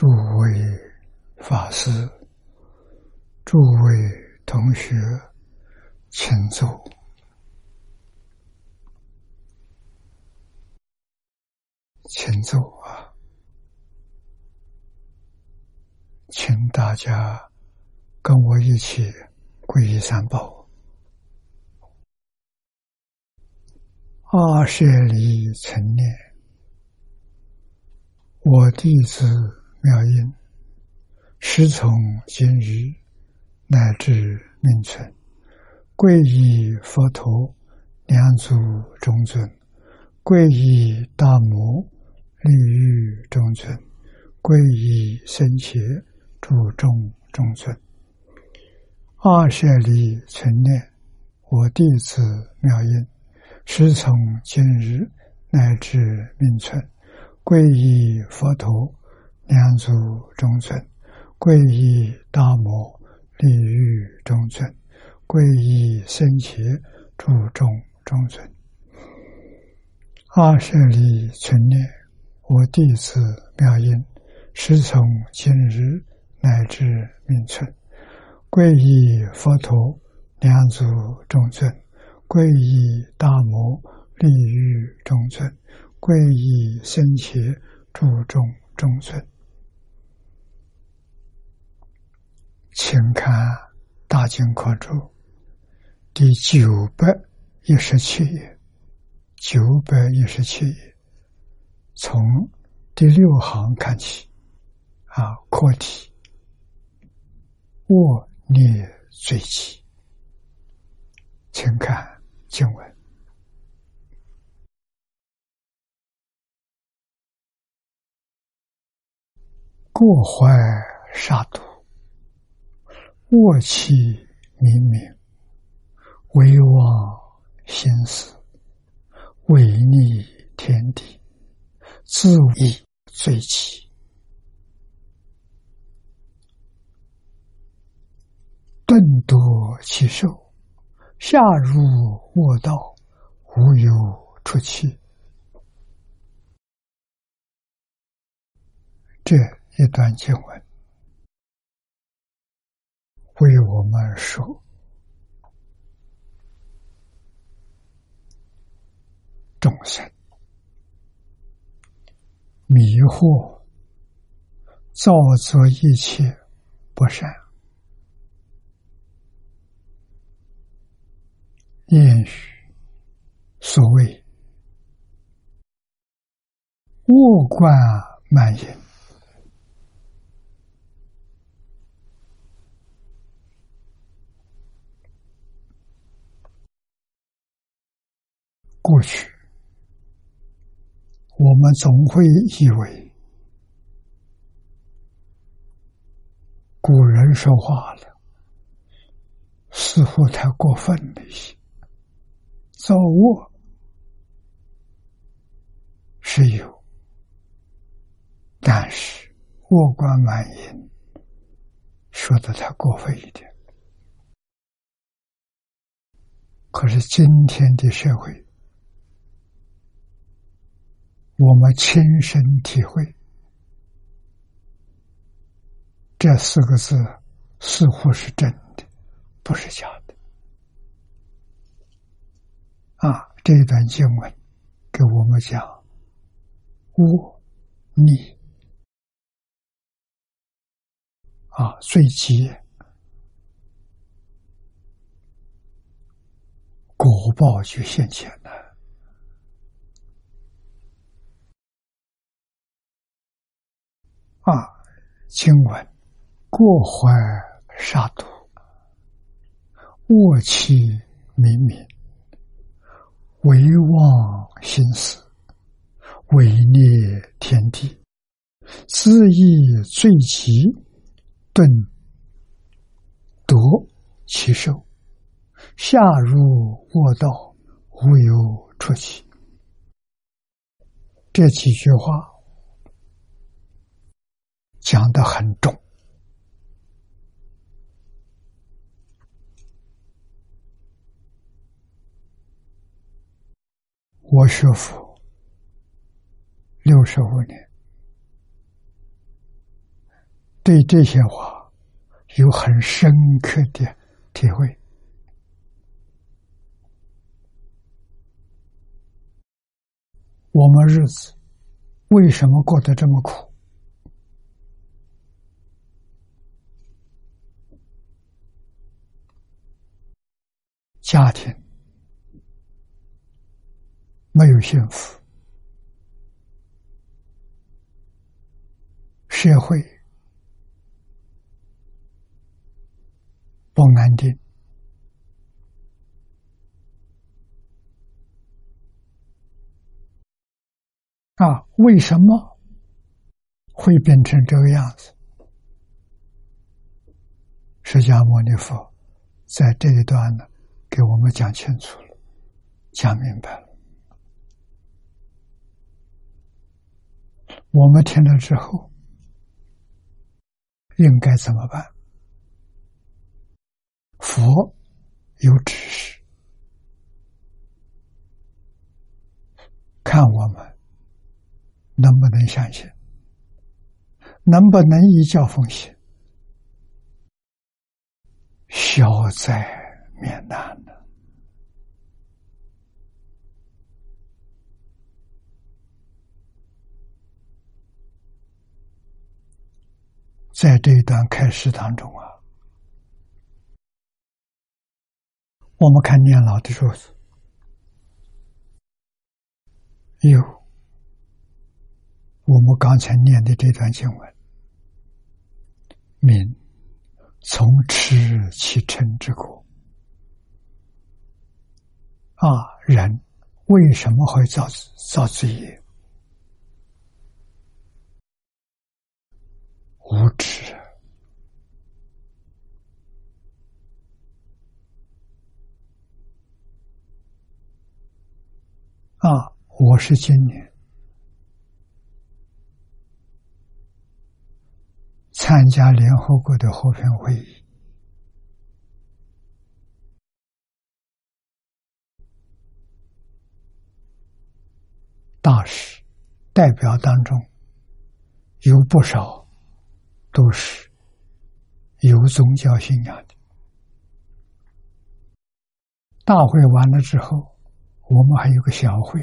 诸位法师、诸位同学，请坐。请坐啊！请大家跟我一起皈依三宝。阿舍离成念，我弟子妙音，师从今日乃至命存，皈依佛陀两足中尊，皈依大摩利欲中尊，皈依僧伽注众中尊。阿舍离成念，我弟子妙音，师从今日乃至命存，皈依佛陀两足中尊，皈依大摩利欲中尊，皈依僧伽注众中尊。阿舍离成念，我弟子妙音，师从今日乃至命存，皈依佛陀两足中尊，皈依大摩利欲中尊，皈依僧伽注众中尊。请看大经课注第917页，917页，从第6行看起课题恶孽罪己。请看经文：过怀杀戮，恶气冥冥，为妄心思，违逆天地，自以罪己。顿夺其寿，下入恶道，无有出期。这一段经文为我们说众生迷惑造作一切不善，谚语所谓恶贯满盈，过去我们总会以为古人说话了似乎太过分了一些，造恶是有，但是恶贯满盈说得太过分一点。可是今天的社会，我们亲身体会，这4个字似乎是真的，不是假的。这一段经文给我们讲恶逆罪己，果报就现前了。经文过怀杀戮，恶气冥冥，为妄心思，违逆天地，自以罪己，顿夺其寿，下入恶道，无有出期。这几句话讲得很重。我学佛65年， 对这些话有很深刻的体会。我们日子为什么过得这么苦？家庭没有幸福，社会不安定，为什么会变成这个样子？释迦牟尼佛在这一段呢，给我们讲清楚了，讲明白了。我们听了之后，应该怎么办？佛有指示，看我们能不能相信，能不能依教奉行，消灾免难呢？在这一段开示当中我们看念老的数字，有我们刚才念的这段经文，民从痴起嗔之果。人为什么会造罪业？无知。我是今年参加联合国的和平会议，大使代表当中有不少都是有宗教信仰的。大会完了之后，我们还有个小会，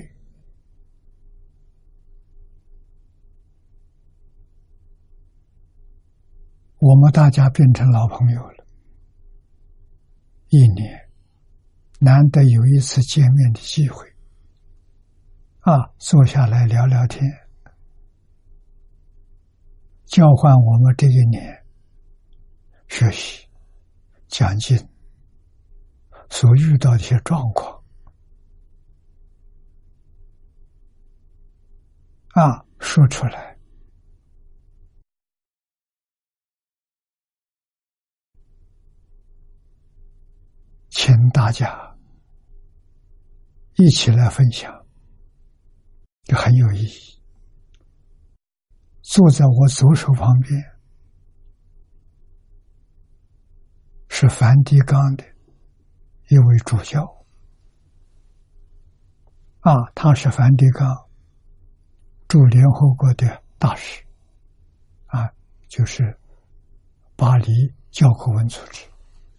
我们大家变成老朋友了。一年难得有一次见面的机会，坐下来聊聊天，交换我们这一年学习讲经所遇到的一些状况，说出来，请大家一起来分享，就很有意义。坐在我左手旁边是梵蒂冈的一位主教，他是梵蒂冈驻联合国的大使，就是巴黎教科文组织。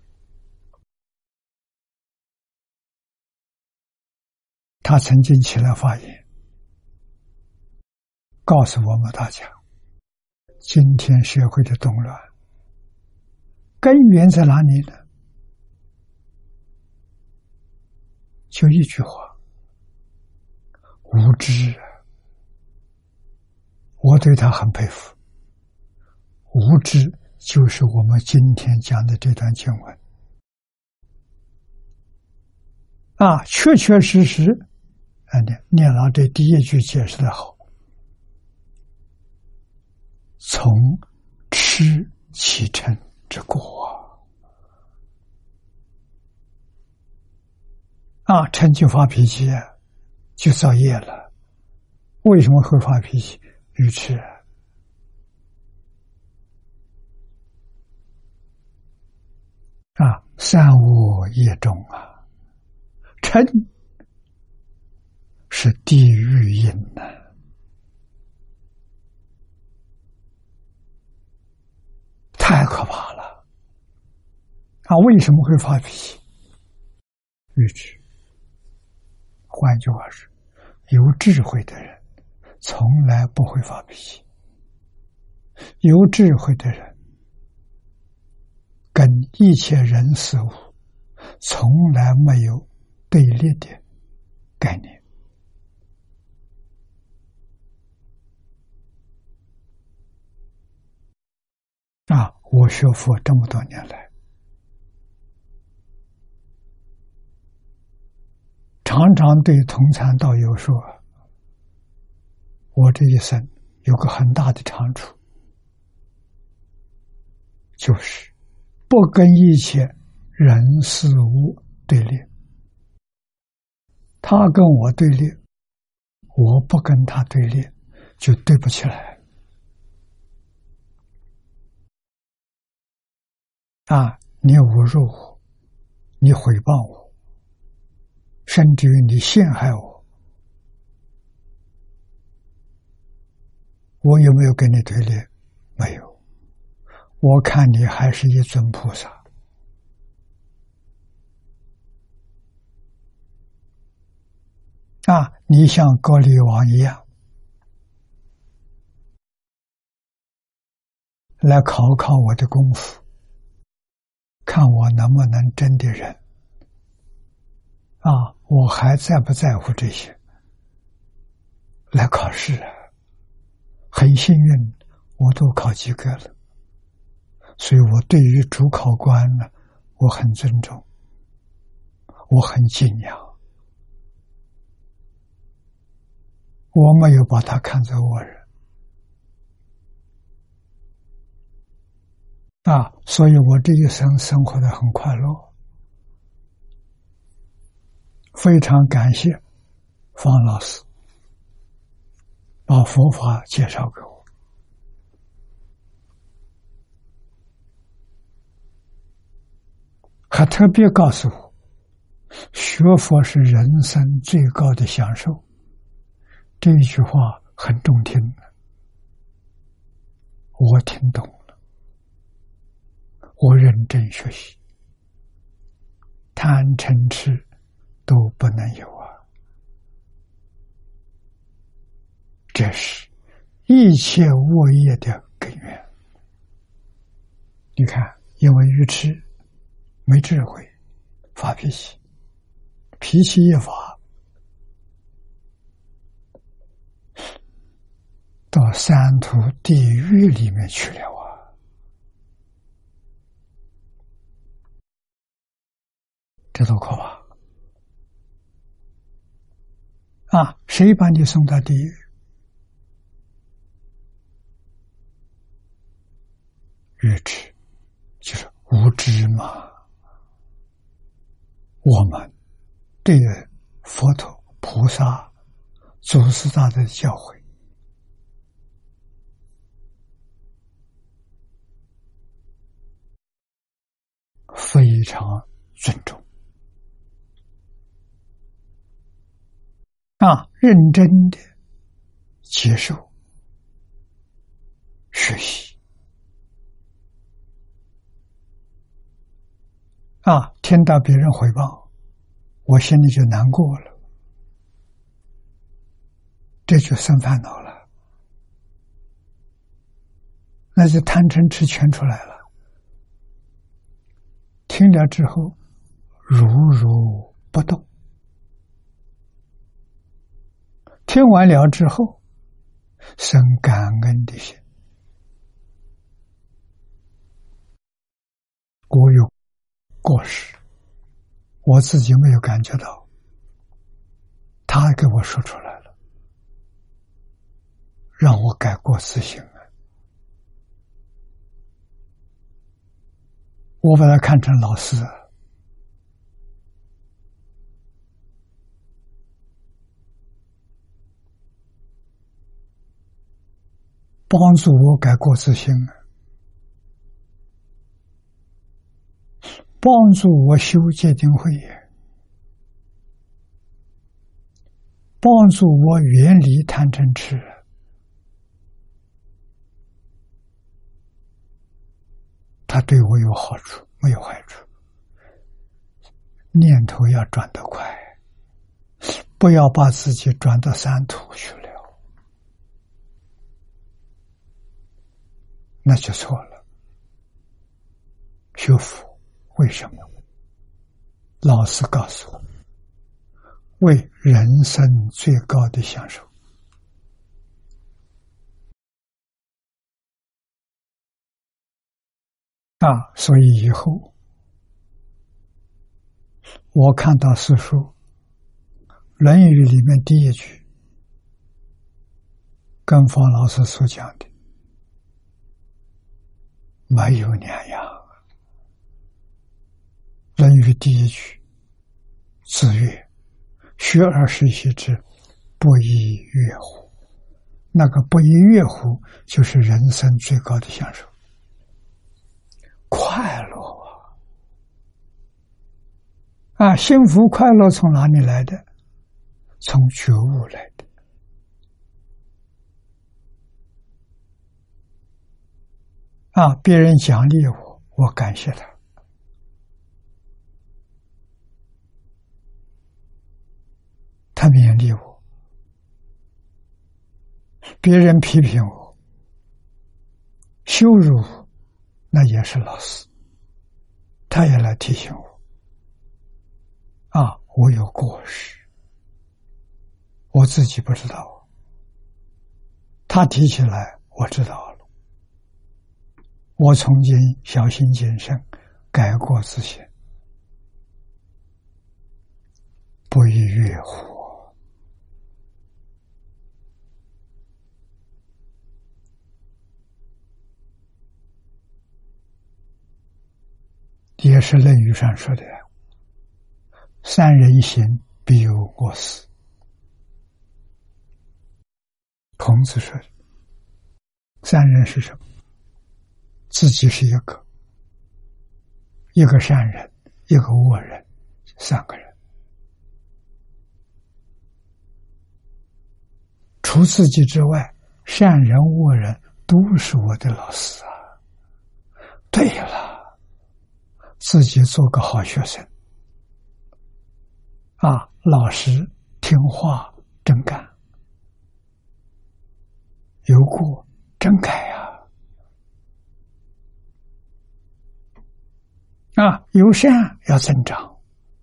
他曾经起来发言，告诉我们大家，今天社会的动乱根源在哪里呢？就一句话，无知。我对他很佩服。无知就是我们今天讲的这段经文确确实实念老这第一句解释的好，从痴起嗔之果嗔就发脾气，就造业了。为什么会发脾气？愚痴。三恶业重嗔是地狱因为什么会发脾气？愚痴。换句话说，有智慧的人从来不会发脾气。有智慧的人跟一切人事物从来没有对立的概念。我学佛这么多年来，常常对同参道友说，我这一生有个很大的长处，就是不跟一切人事物对立。他跟我对立，我不跟他对立，就对不起来。你侮辱我，你诽谤我，甚至于你陷害我，我有没有跟你对立？没有。我看你还是一尊菩萨。你像高丽王一样，来考考我的功夫，看我能不能真的忍。我还在不在乎这些？来考试很幸运，我都考及格了。所以我对于主考官呢，我很尊重，我很敬仰。我没有把他看作恶人。所以我这一生生活得很快乐。非常感谢方老师把佛法介绍给我。还特别告诉我，学佛是人生最高的享受。这一句话很中听，我听懂了，我认真学习，贪嗔痴都不能有这是一切恶业的根源。你看，因为愚痴没智慧，发脾气，脾气一发，到三途地狱里面去了这多可怕！谁把你送到地狱？愚痴，就是无知嘛。我们对佛陀、菩萨、祖师大德的教诲非常尊重认真的接受学习听到别人诽谤，我心里就难过了，这就生烦恼了，那就贪嗔痴全出来了。听了之后如如不动，听完了之后生感恩的心。我有过失，我自己没有感觉到，他给我说出来了，让我改过自新我把他看成老师，帮助我改过自新，帮助我修戒定慧，帮助我远离贪嗔痴。他对我有好处，没有坏处。 念头要转得快，不要把自己转到三途去了，那就错了。学佛为什么？老师告诉我，为人生最高的享受。所以以后我看到四书《论语》里面第一句，跟方老师所讲的没有两样。《论语》第一句，子曰：“学而时习之，不亦说乎？”那个不亦说乎，就是人生最高的享受，快乐幸福快乐从哪里来的？从觉悟来的。别人奖励我，我感谢他；他勉励我，别人批评我、羞辱我，那也是老师，他也来提醒我。我有过失，我自己不知道，他提起来，我知道了。我从今小心谨慎，改过自新，不亦说乎？也是《论语》上说的，三人行，必有我师。孔子说的，三人是什么？自己是一个善人，一个恶人，三个人。除自己之外，善人恶人都是我的老师对了，自己做个好学生老实听话真干，有过真改有善要增长。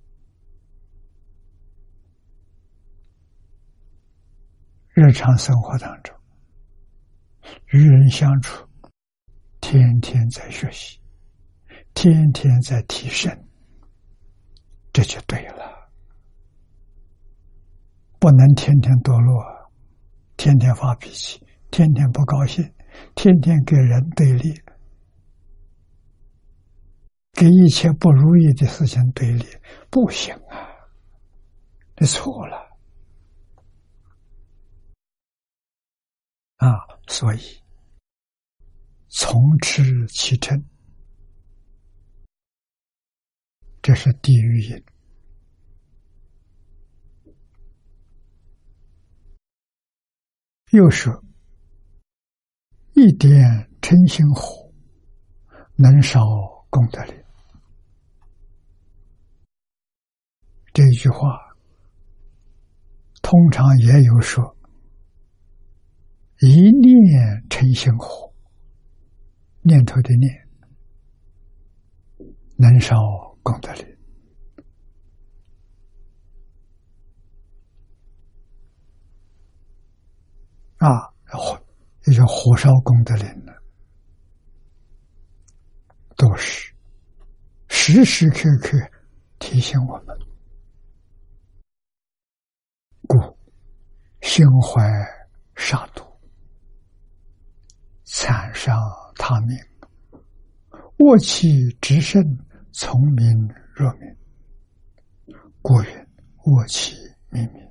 日常生活当中，与人相处，天天在学习，天天在提升，这就对了。不能天天堕落，天天发脾气，天天不高兴，天天跟人对立，给一切不如意的事情对立，不行你错了所以从持其称，这是地狱因。又说一点嗔心火，能烧功德林。这一句话通常也有说一念嗔心火，念头的念能烧功德林。也叫火烧功德林呢，都是时时刻刻提醒我们，故心怀杀戮，惨伤他命，恶气直甚，从民若民。故云恶气冥冥。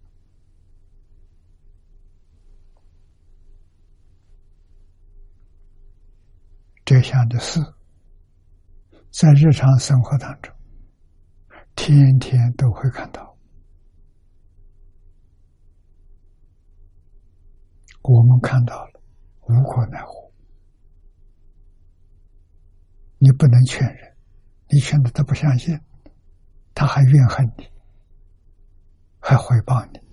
这样的事在日常生活当中天天都会看到，我们看到了无可奈何。你不能劝人，你劝的他不相信， 他还怨恨你，还诽谤你。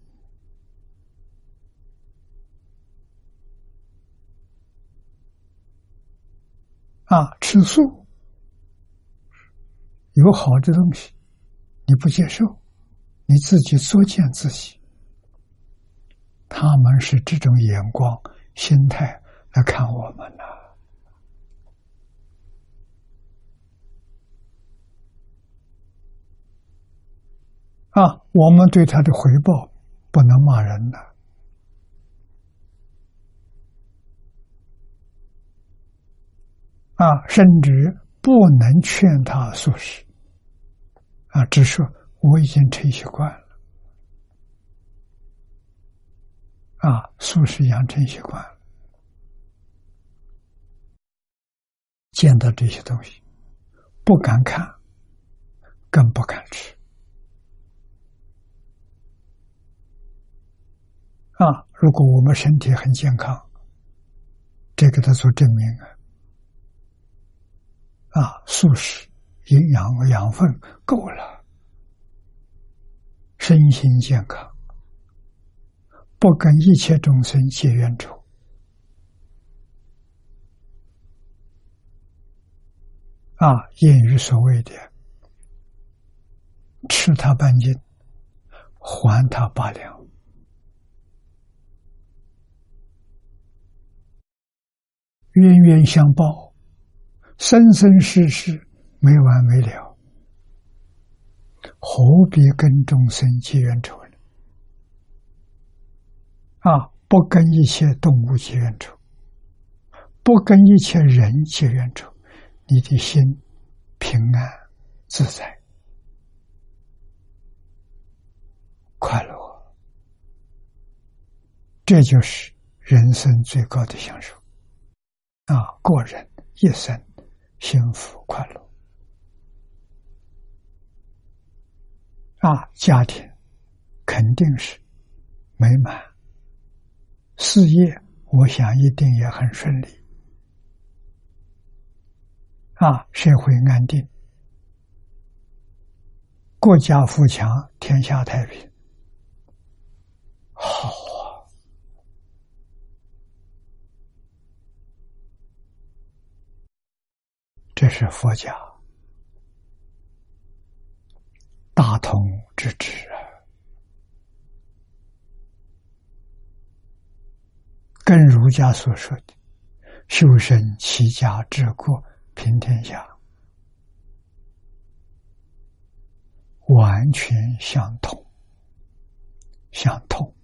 吃素有好的东西，你不接受，你自己作践自己。他们是这种眼光、心态来看我们的。我们对他的回报不能骂人的。甚至不能劝他素食。只说我已经成习惯了。素食养成习惯了，见到这些东西，不敢看，更不敢吃。如果我们身体很健康，这个他做证明素食养分够了，身心健康，不跟一切众生结冤仇。谚语所谓的吃他半斤，还他8两。冤冤相报，生生世世没完没了，何必跟众生结冤仇呢？不跟一切动物结冤仇，不跟一切人结冤仇，你的心平安自在快乐，这就是人生最高的享受。个人一生幸福快乐。家庭肯定是美满，事业我想一定也很顺利。社会安定，国家富强，天下太平。好啊！这是佛家大同之治跟儒家所说的修身齐家治国平天下完全相同，相通。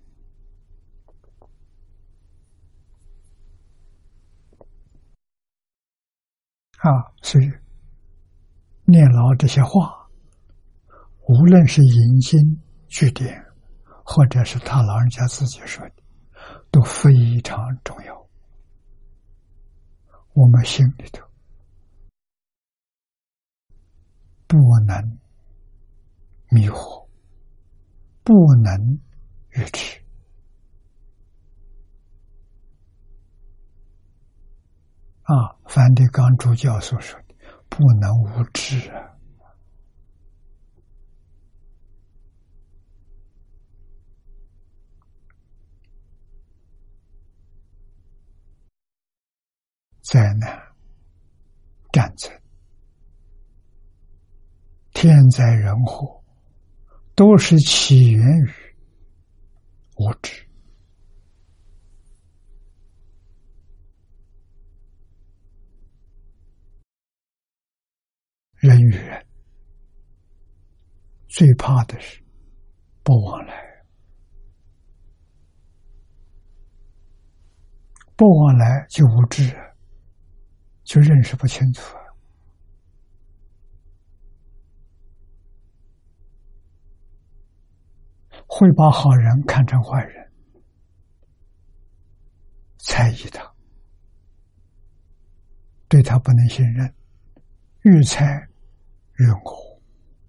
所以念老这些话，无论是引经据典，或者是他老人家自己说的，都非常重要。我们心里头不能迷惑，不能愚痴。梵蒂冈主教所说的不能无知灾难、战争、天灾人祸，都是起源于无知。人与人最怕的是不往来，不往来就无知，就认识不清楚，会把好人看成坏人，猜疑他，对他不能信任，愈猜愈恶，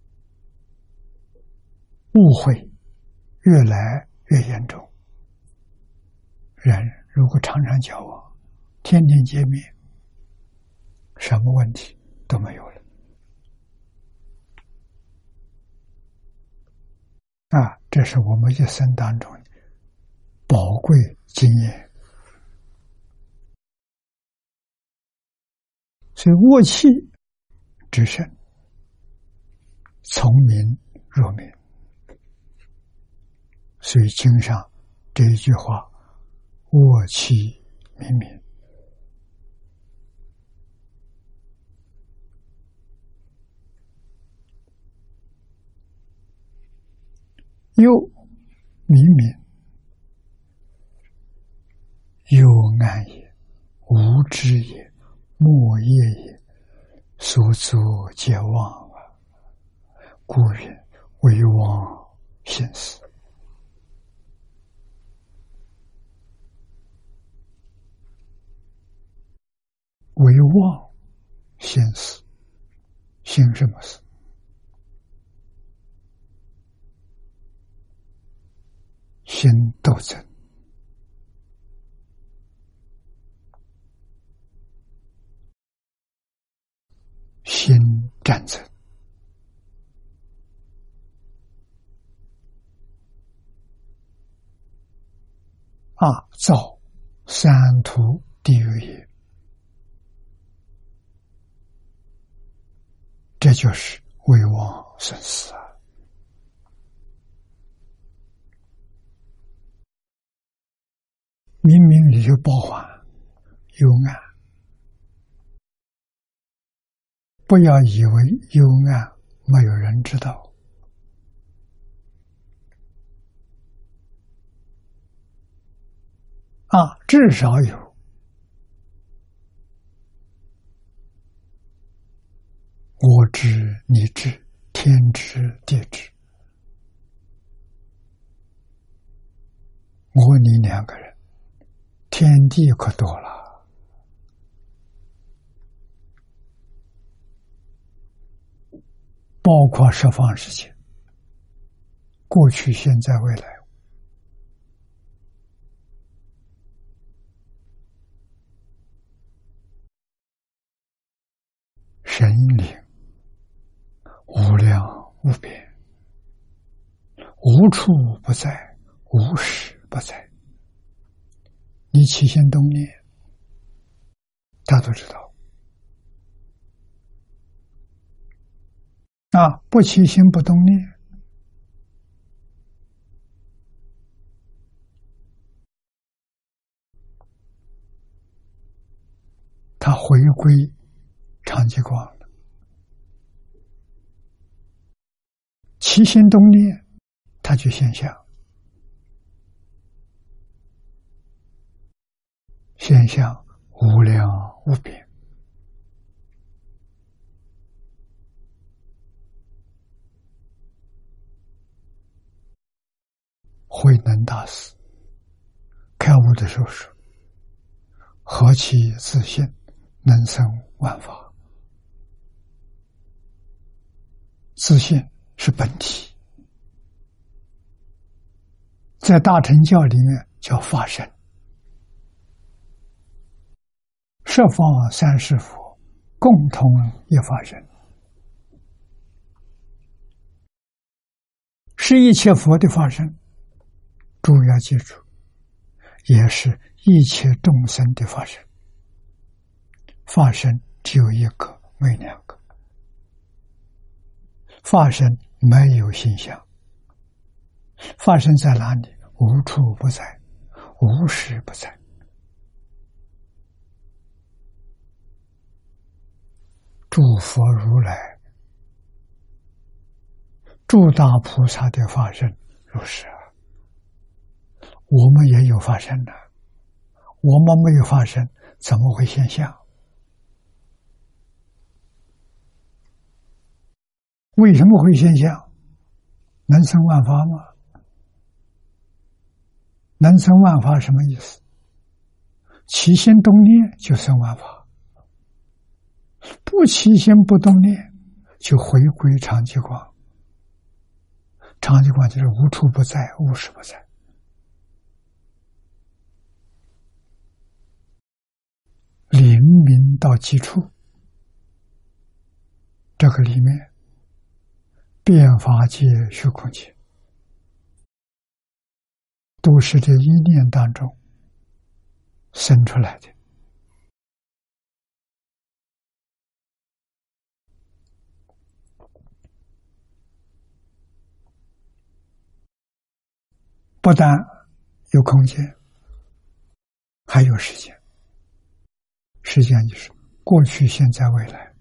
误会越来越严重。人如果常常交往，天天见面，什么问题都没有了。 这是我们一生当中的宝贵经验。所以卧气之身，从明入明。所以经上这一句话，卧气明明，又明明，幽暗也，无知也，莫业也，所作皆妄故曰为妄心思。为妄心思，心什么思？心斗争，心战争，造三途地狱也。这就是为妄生死明明里就包含幽暗，不要以为幽暗没有人知道，至少有我知你知，天知地知，我你两个人，天地可多了。包括十方世界，过去、现在、未来，神灵无量无边，无处不在，无时不在。你起心动念，他都知道。不起心不动念，他回归常寂光了。起心动念，他就现象。现象无量无边，慧能大师开悟的时候说：“何其自信，能生万法。”自信是本体，在大乘教里面叫法身。十方三世佛共同一法身，是一切佛的法身。诸位要记住，也是一切众生的法身。法身只有一个，没两个。法身没有形象，法身在哪里？无处不在，无时不在。诸佛如来、诸大菩萨的法身如是我们也有法身的，我们没有法身，怎么会现象？为什么会现象？能生万法吗？能生万法什么意思？起心动念就生万法，不起心不动念就回归常寂光。常寂光就是无处不在，无时不在。灵明到极处，这个里面变法界虚空界都是这一念当中生出来的。不但有空间，还有时间。时间就是过去、现在、未来，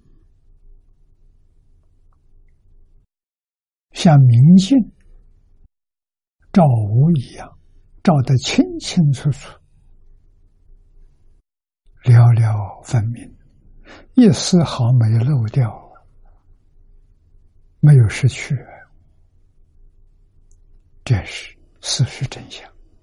像明镜照无一样，照得清清楚楚，寥寥分明，一丝毫没有漏掉，没有失去，这是事实真相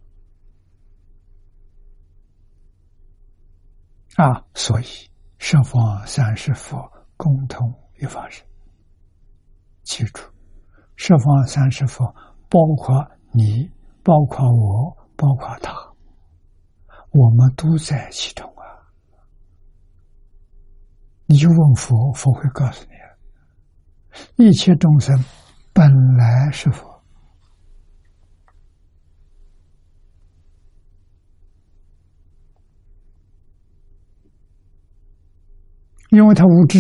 啊！所以十方三世佛共同一法身，记住，十方三世佛包括你，包括我，包括他，我们都在其中啊！你就问佛，佛会告诉你，一切众生本来是佛。因为他无知，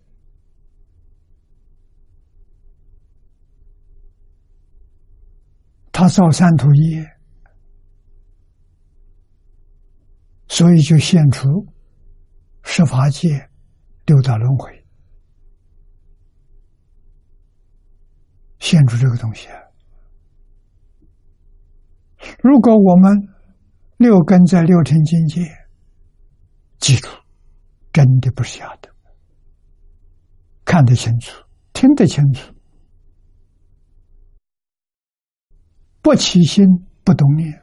他造三途业，所以就现出十法界、六道轮回，现出这个东西。如果我们六根在六尘境界，记住，真的不是假的，看得清楚，听得清楚，不起心，不动念，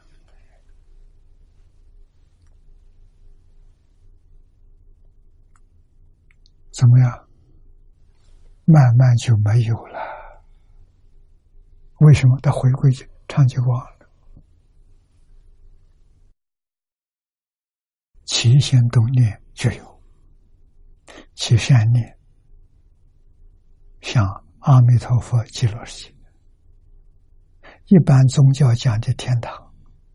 怎么样？慢慢就没有了。为什么？他回归长寂光了。起心动念就有，起善念，像阿弥陀佛极乐世界，一般宗教讲的天堂，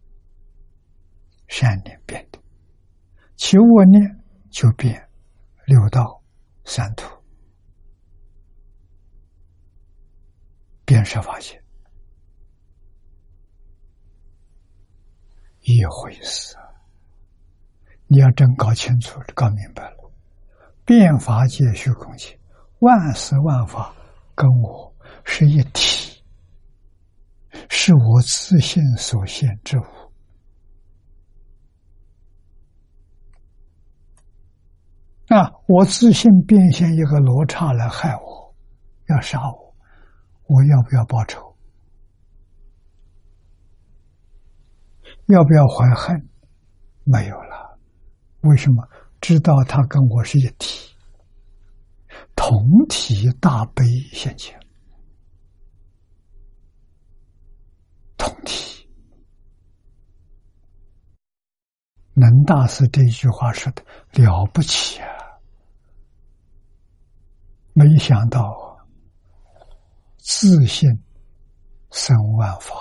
善念变的；起恶念就变六道三途，变十法界，一回事。你要真搞清楚、搞明白了，变法界、虚空界，万事万法跟我是一体，是我自性所现之物。我自性变现一个罗刹来害我，要杀我，我要不要报仇？要不要怀恨？没有了。为什么？知道他跟我是一体，同体大悲现前，同体。能大师这一句话说的了不起啊！没想到自性生万法，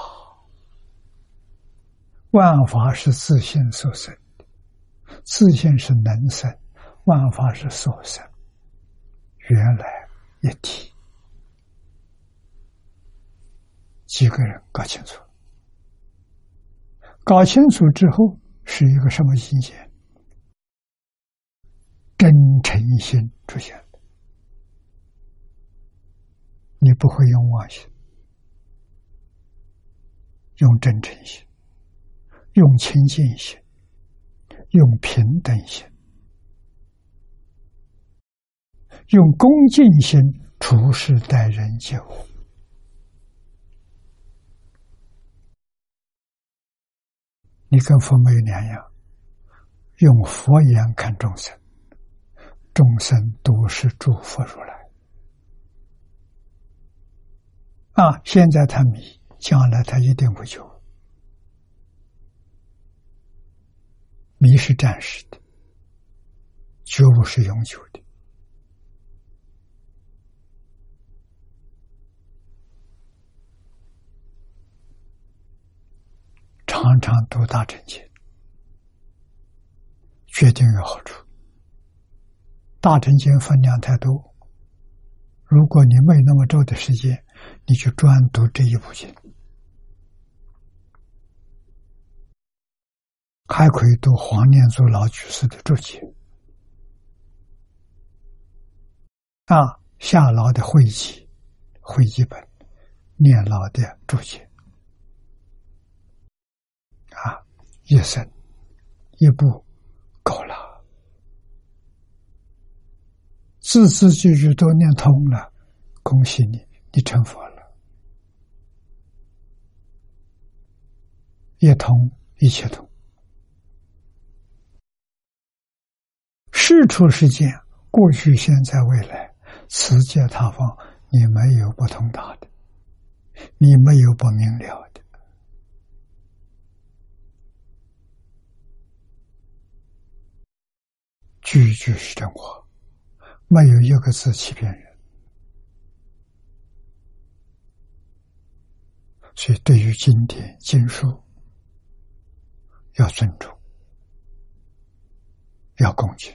万法是自性所生的，自性是能生，万法是所生，原来一体。几个人搞清楚，搞清楚之后是一个什么境界？真诚心出现了。你不会用妄心，用真诚心，用清净心，用平等心，用恭敬心处事待人接物。你跟佛没有两样，用佛眼看众生，众生都是诸佛如来。现在他迷，将来他一定会救。迷是暂时的，觉悟是永久的。常常常读大乘经，决定有好处。大乘经分量太多，如果你没那么周的时间，你就专读这一部经，还可以读黄念祖老居士的注解，夏老的会集本，念老的注解，一生一部够了，字字句句都念通了，恭喜你，你成佛了。一通一切通，事出世间，过去现在未来，此界他方，你没有不通达的，你没有不明了的。句句是真话，没有一个字欺骗人。所以对于经典经书要尊重，要恭敬。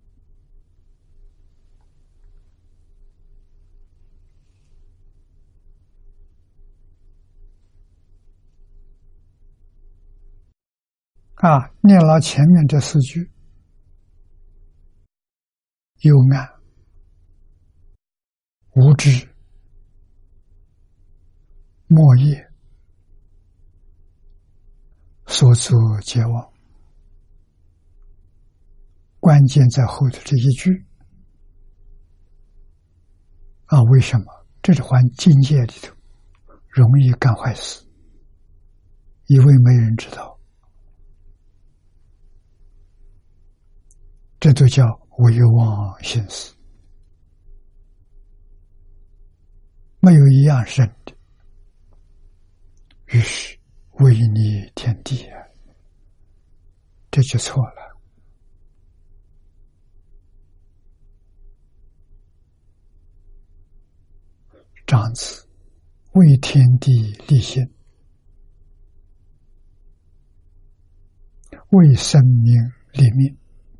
念了前面这4句，幽暗、无知、末业，所作皆忘。关键在后头这一句。为什么？这是环境界里头容易干坏事，以为没人知道，这就叫唯妄心思，没有一样是真的。于是违逆天地，这就错了。章子为天地立心，为生命立命，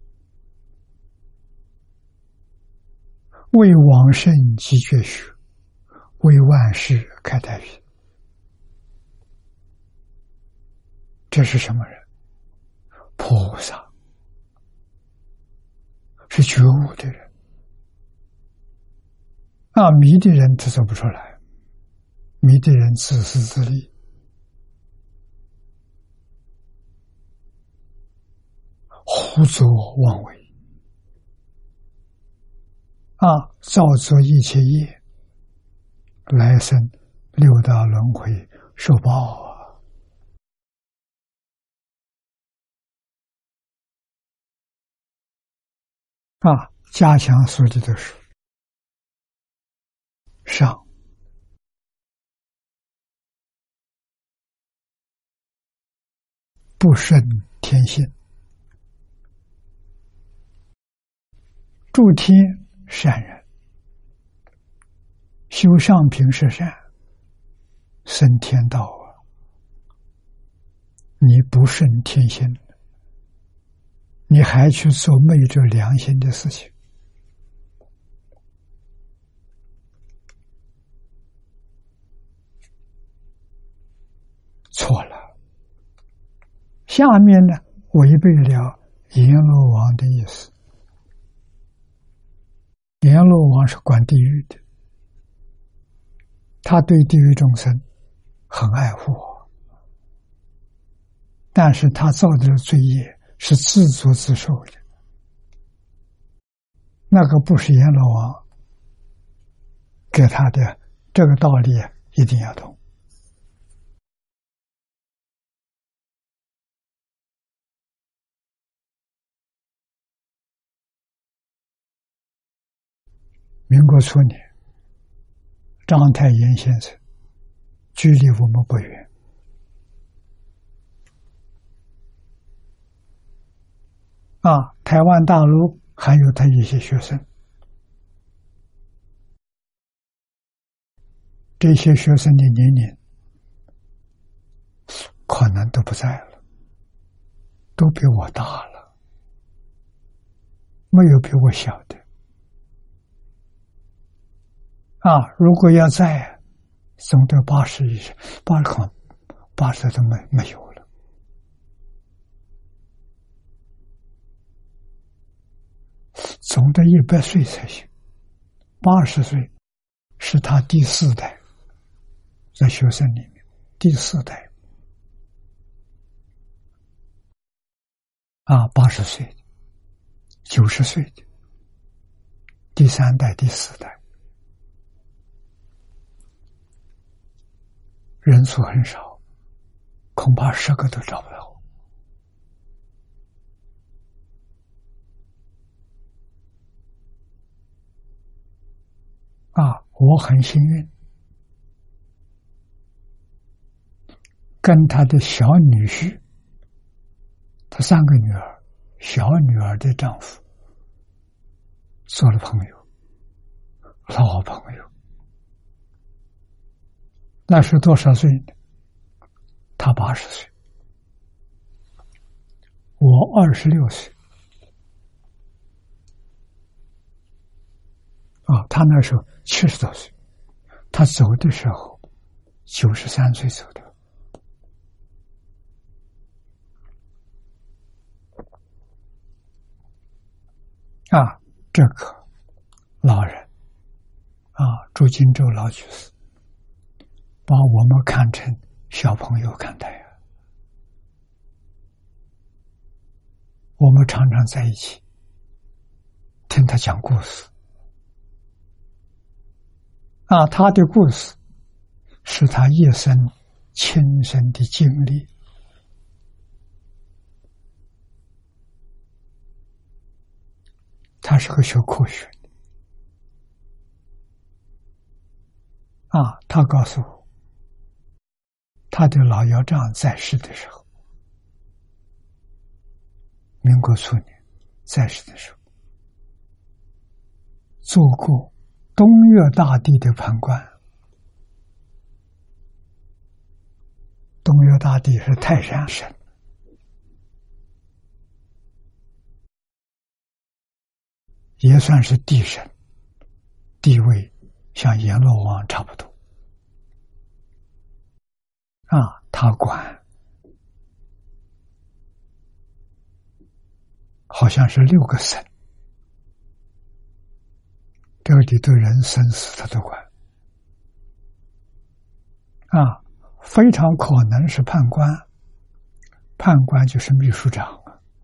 为往圣继绝学，为万事开太平。这是什么人？菩萨，是觉悟的人。迷的人他做不出来，迷的人自私自利，胡作妄为，造作一切业，来生6道轮回受报加强说的都是上不胜天性，诸天善人，修上品是善，升天道你不胜天性，你还去做昧着良心的事情，错了。下面呢，违背了阎罗王的意思。阎罗王是管地狱的，他对地狱众生很爱护，但是他造的罪业是自作自受的，那个不是阎罗王给他的，这个道理一定要懂。民国初年，章太炎先生距离我们不远，台湾大陆还有他一些学生，这些学生的年龄可能都不在了，都比我大了，没有比我小的。如果要在，总得80以上，80都没有了。总得100岁才行。80岁是他第4代，在学生里面第4代。80岁的、90岁的，第3代、第4代，人数很少，恐怕10个都找不到。我很幸运，跟他的小女婿，他3个女儿，小女儿的丈夫做了朋友，老朋友。那是多少岁呢？他80岁，我26岁。他那时候70多岁，他走的时候93岁走的。这个老人朱金洲老居士把我们看成小朋友看待我们常常在一起听他讲故事他的故事是他一生亲身的经历。他是个学科学的他告诉我，他的老幺丈在世的时候，民国初年在世的时候，做过东岳大帝的判官。东岳大帝是泰山神，也算是地神，地位像阎罗王差不多。他管好像是6个省，这里对人生死他都管。非常可能是判官，判官就是秘书长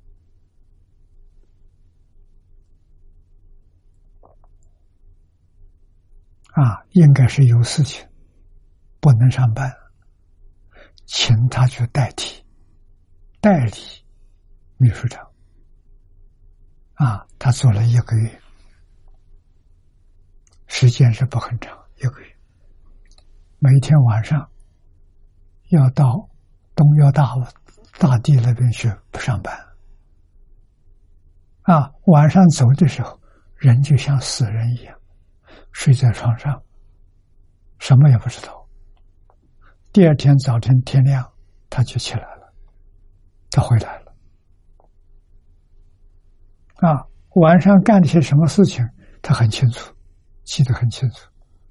应该是有事情不能上班，请他去代理秘书长他做了1个月，时间是不很长，1个月，每天晚上要到东岳大帝那边去不上班晚上走的时候，人就像死人一样，睡在床上，什么也不知道。第2天早晨天亮，他就起来了，他回来了。晚上干了些什么事情，他很清楚，记得很清楚。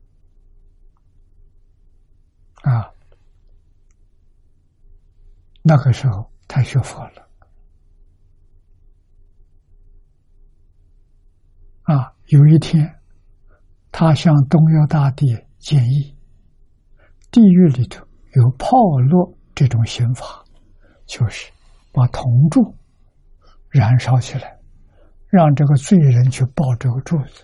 那个时候他学佛了。有一天，他向东岳大帝建议，地狱里头有炮烙这种刑法，就是把铜柱燃烧起来，让这个罪人去抱这个柱子，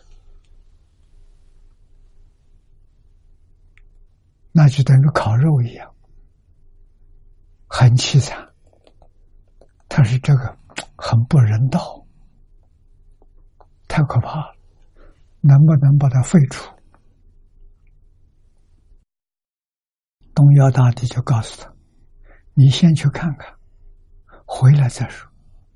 那就等于烤肉一样，很凄惨。但是这个很不人道，太可怕了，能不能把它废除？东岳大帝就告诉他，你先去看看，回来再说。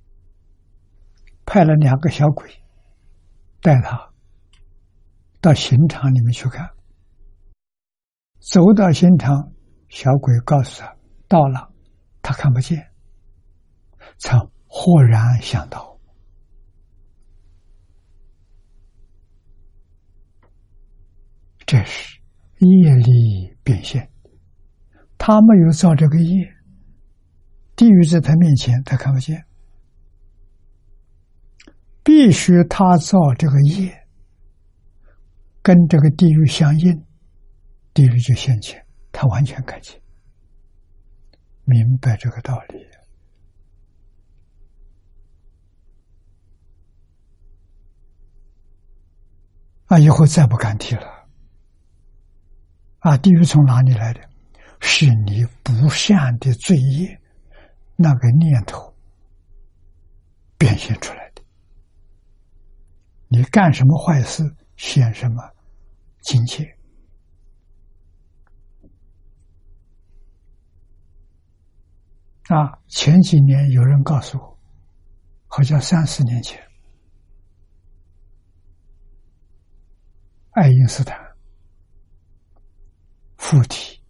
派了2个小鬼带他到刑场里面去看。走到刑场，小鬼告诉他到了， 他看不见，才豁然想到，这是业力变现。他没有造这个业，地狱在他面前，他看不见。必须他造这个业，跟这个地狱相应，地狱就现前，他完全看见，明白这个道理。以后再不敢提了。地狱从哪里来的？是你不善的罪业那个念头变现出来的。你干什么坏事，现什么境界。前几年有人告诉我，好像3、4年前，爱因斯坦附体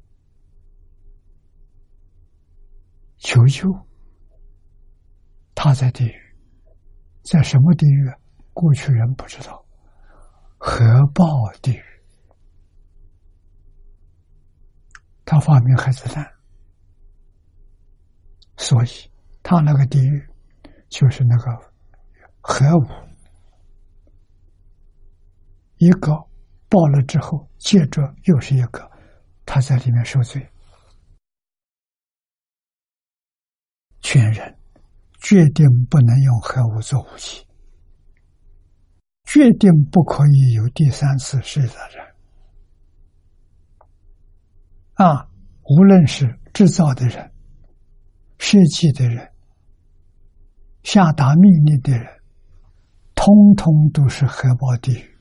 求救，他在地狱，在什么地狱？过去人不知道，核爆地狱。他发明核子弹，所以他那个地狱就是那个核武，一个爆了之后，接着又是一个，他在里面受罪。劝人决定不能用核武做武器，决定不可以有第3次世界大战。无论是制造的人、设计的人、下达命令的人，通通都是核爆地狱，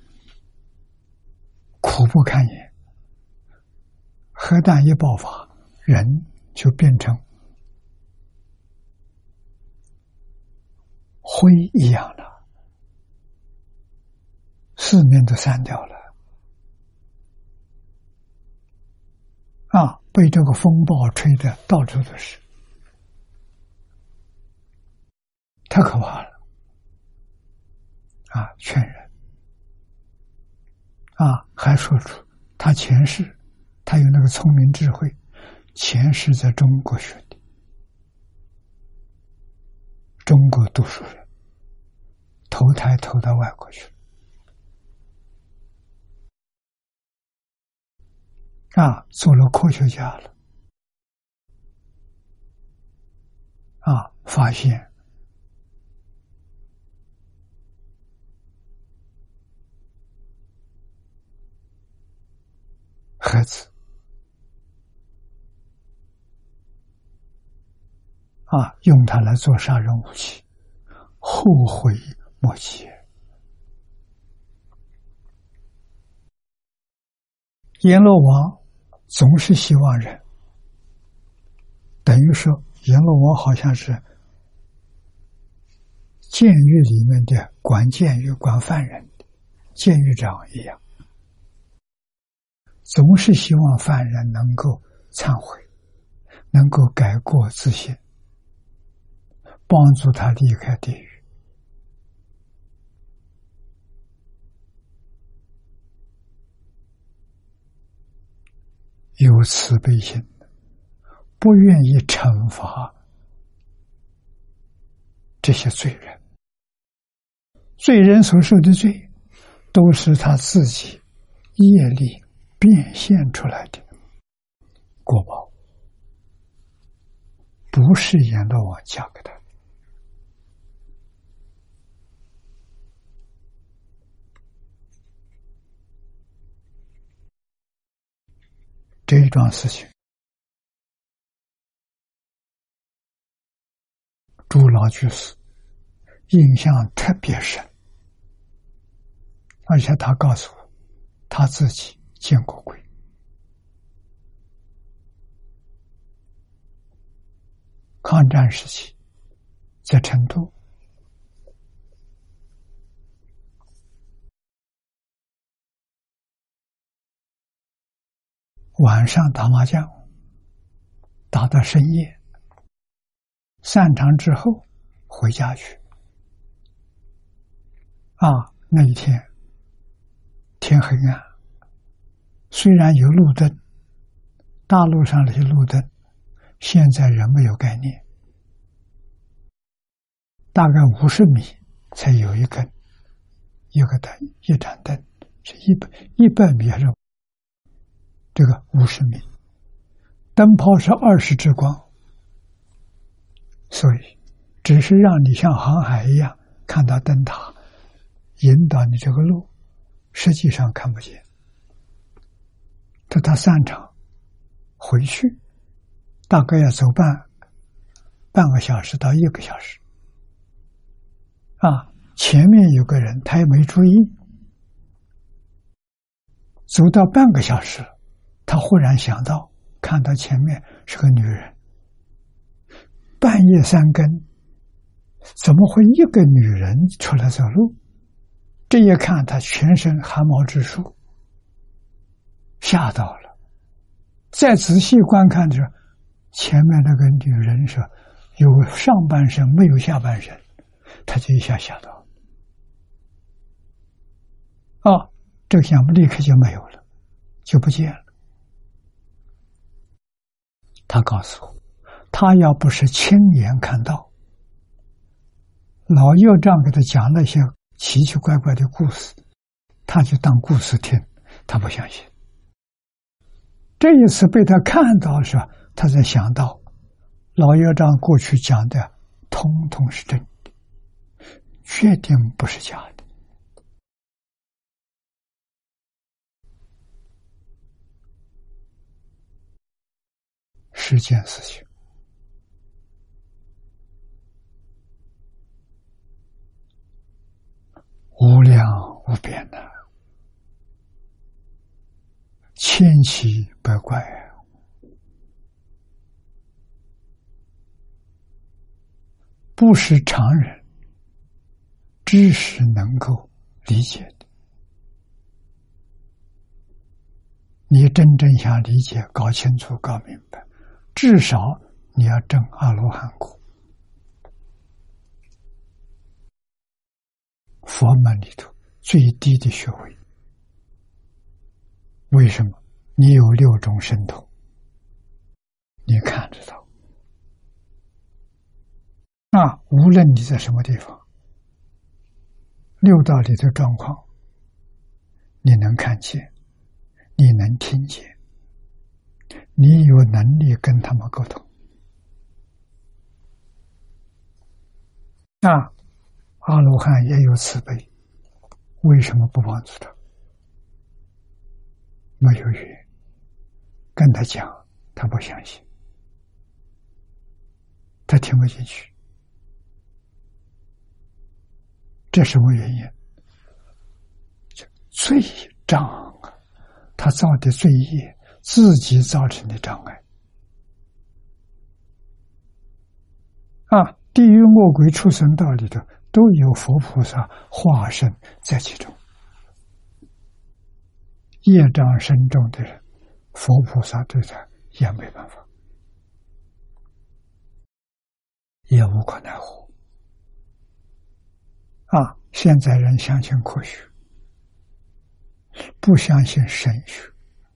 苦不堪言。核弹一爆发，人就变成灰一样了，四面都散掉了。被这个风暴吹得到处都是，太可怕了。劝人还说出他前世，他有那个聪明智慧，前世在中国学的，中国读书人，投胎投到外国去了。做了科学家了。发现核子用它来做杀人武器，后悔莫及。阎罗王总是希望人，等于说阎罗王好像是监狱里面的管监狱、管犯人的监狱长一样，总是希望犯人能够忏悔，能够改过自新，帮助他离开地狱。有慈悲心，不愿意惩罚这些罪人。罪人所受的罪，都是他自己业力变现出来的果报，不是阎罗王加给他。这一桩事情，朱老居士印象特别深，而且他告诉我，他自己见过鬼。抗战时期，在成都，晚上打麻将，打到深夜， 散场之后回家去。那一天天黑暗，虽然有路灯，大路上那些路灯现在人没有概念，大概50米才有一根，有个灯，一盏灯是100米还是这个50米？灯泡是20支光，所以只是让你像航海一样看到灯塔，引导你这个路，实际上看不见。等他散场回去，大概要走半个小时到1个小时。前面有个人，他也没注意，走到半个小时，他忽然想到，看到前面是个女人，半夜3更，怎么会一个女人出来走路？这一看，他全身汗毛直竖，吓到了。再仔细观看的时候，前面那个女人是有上半身没有下半身，他就一下吓到了。这个项目立刻就没有了，就不见了。他告诉我，他要不是亲眼看到，老幼丈给他讲那些奇奇怪怪的故事，他就当故事听，他不相信。这一次被他看到的时候，他才想到老幼丈过去讲的通通是真的，确定不是假的。是件事情，无量无边的，千奇百怪，不是常人知识能够理解的。你真正想理解、搞清楚、搞明白，至少你要证阿罗汉果。佛门里头最低的学位，为什么？你有6种神通，你看得到。无论你在什么地方，6道里的状况，你能看见，你能听见，你有能力跟他们沟通。阿罗汉也有慈悲，为什么不帮助他？没有缘，跟他讲，他不相信，他听不进去。这什么原因？罪障啊，他造的罪业，自己造成的障碍。地狱魔鬼畜生道里头都有佛菩萨化身在其中。业障深重的人，佛菩萨对他也没办法，也无可奈何。现在人相信科学，不相信神学，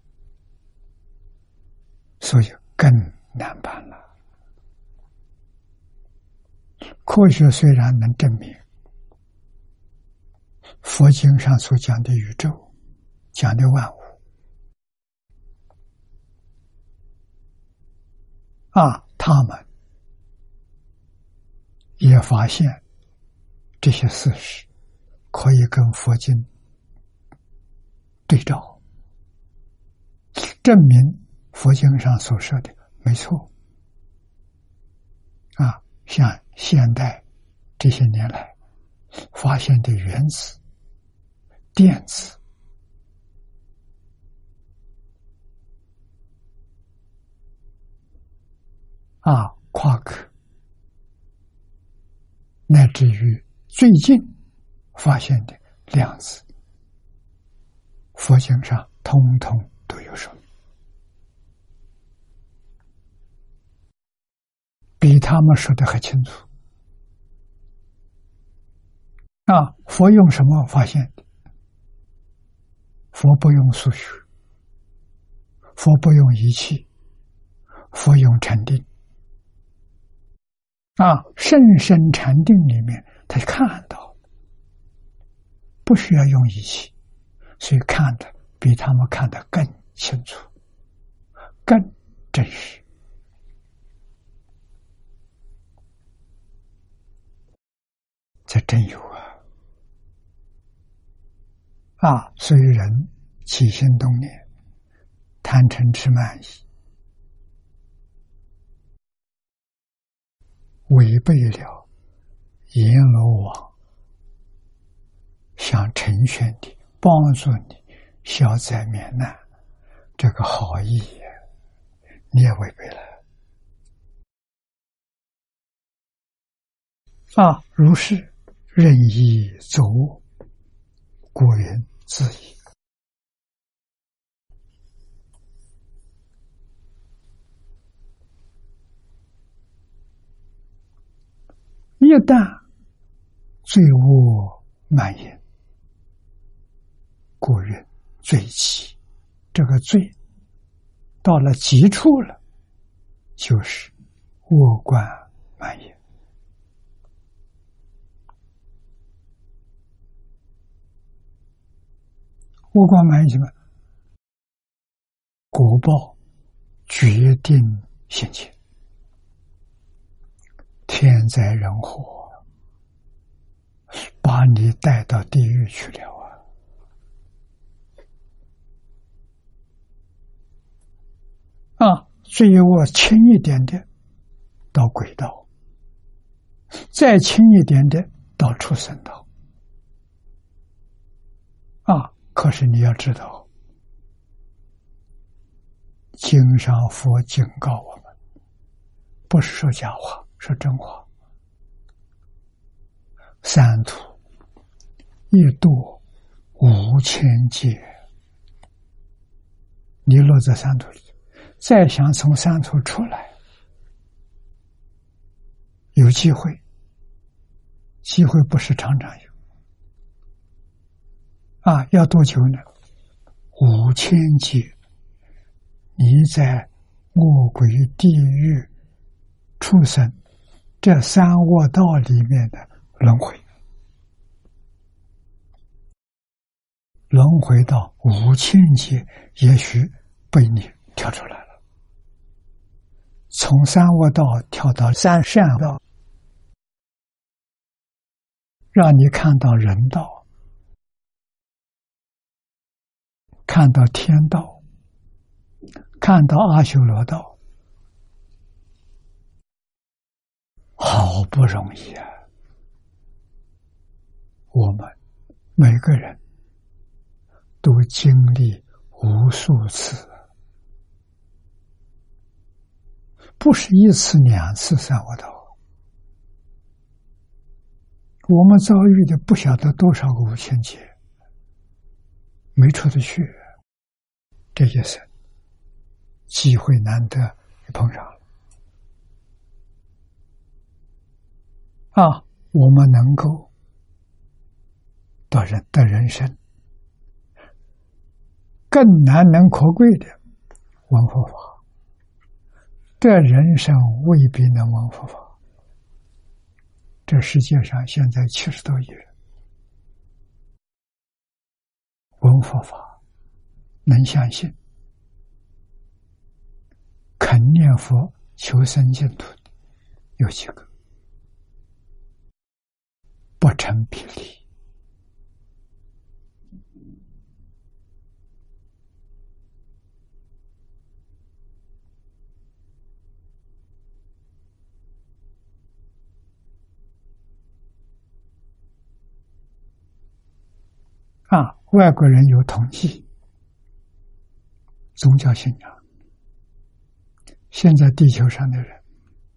所以更难办了。科学虽然能证明佛经上所讲的宇宙，讲的万物，他们也发现这些事实可以跟佛经对照，证明佛经上所说的没错。像现代这些年来发现的原子、电子，夸克，乃至于最近发现的量子，佛经上通通都有说。 比他们说的还清楚。佛用什么发现的？佛不用数学，佛不用仪器，佛用禅定。甚深禅定里面，他看到，不需要用仪器，所以看的比他们看得更清楚，更真实。这真有所以人起心动念，贪嗔痴慢疑，违背了阎罗王想成全你、帮助你消灾免难这个好意，你也违背了。如是任意走我，故云自疑。一旦罪恶蔓延，故云罪极。这个罪到了极处了，就是恶贯满盈。恶贯满盈什么？果报决定现前，天灾人祸，把你带到地狱去了罪恶轻一点的到鬼道，再轻一点的到畜生道。可是你要知道，经上佛警告我们，不是说假话，说真话。三途一堕5000劫，你落在三途里，再想从三途出来，有机会，机会不是常常有。要多久呢？5000劫，你在恶鬼、地狱、畜生这三恶道里面的轮回，轮回到5000劫，也许被你跳出来了，从三恶道跳到三善道，让你看到人道，看到天道，看到阿修罗道，好不容易啊！我们每个人都经历无数次，不是一次两次三恶道，我们遭遇的不晓得多少个5000劫，没处得去。这些事机会难得碰上了我们能够的人生更难能可贵的闻佛法，这人生未必能闻佛法。这世界上现在70多亿人闻佛法，能相信，肯念佛求生净土的有几个？不成比例。外国人有统计，宗教信仰，现在地球上的人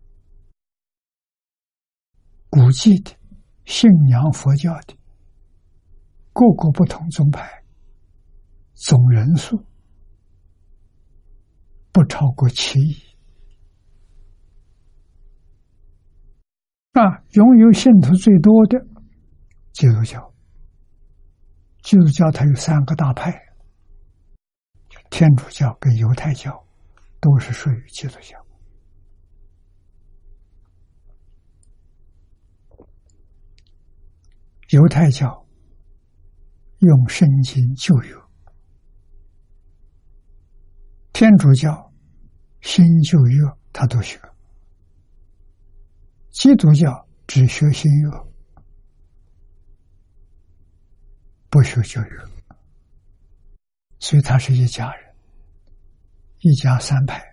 估计的信仰佛教的各个不同宗派总人数不超过7亿。 拥有信徒最多的基督教。基督教它有三个大派，天主教跟犹太教都是属于基督教。犹太教用圣经旧约，天主教新旧约他都学，基督教只学新约，不学旧约，所以他是一家人，一家三派。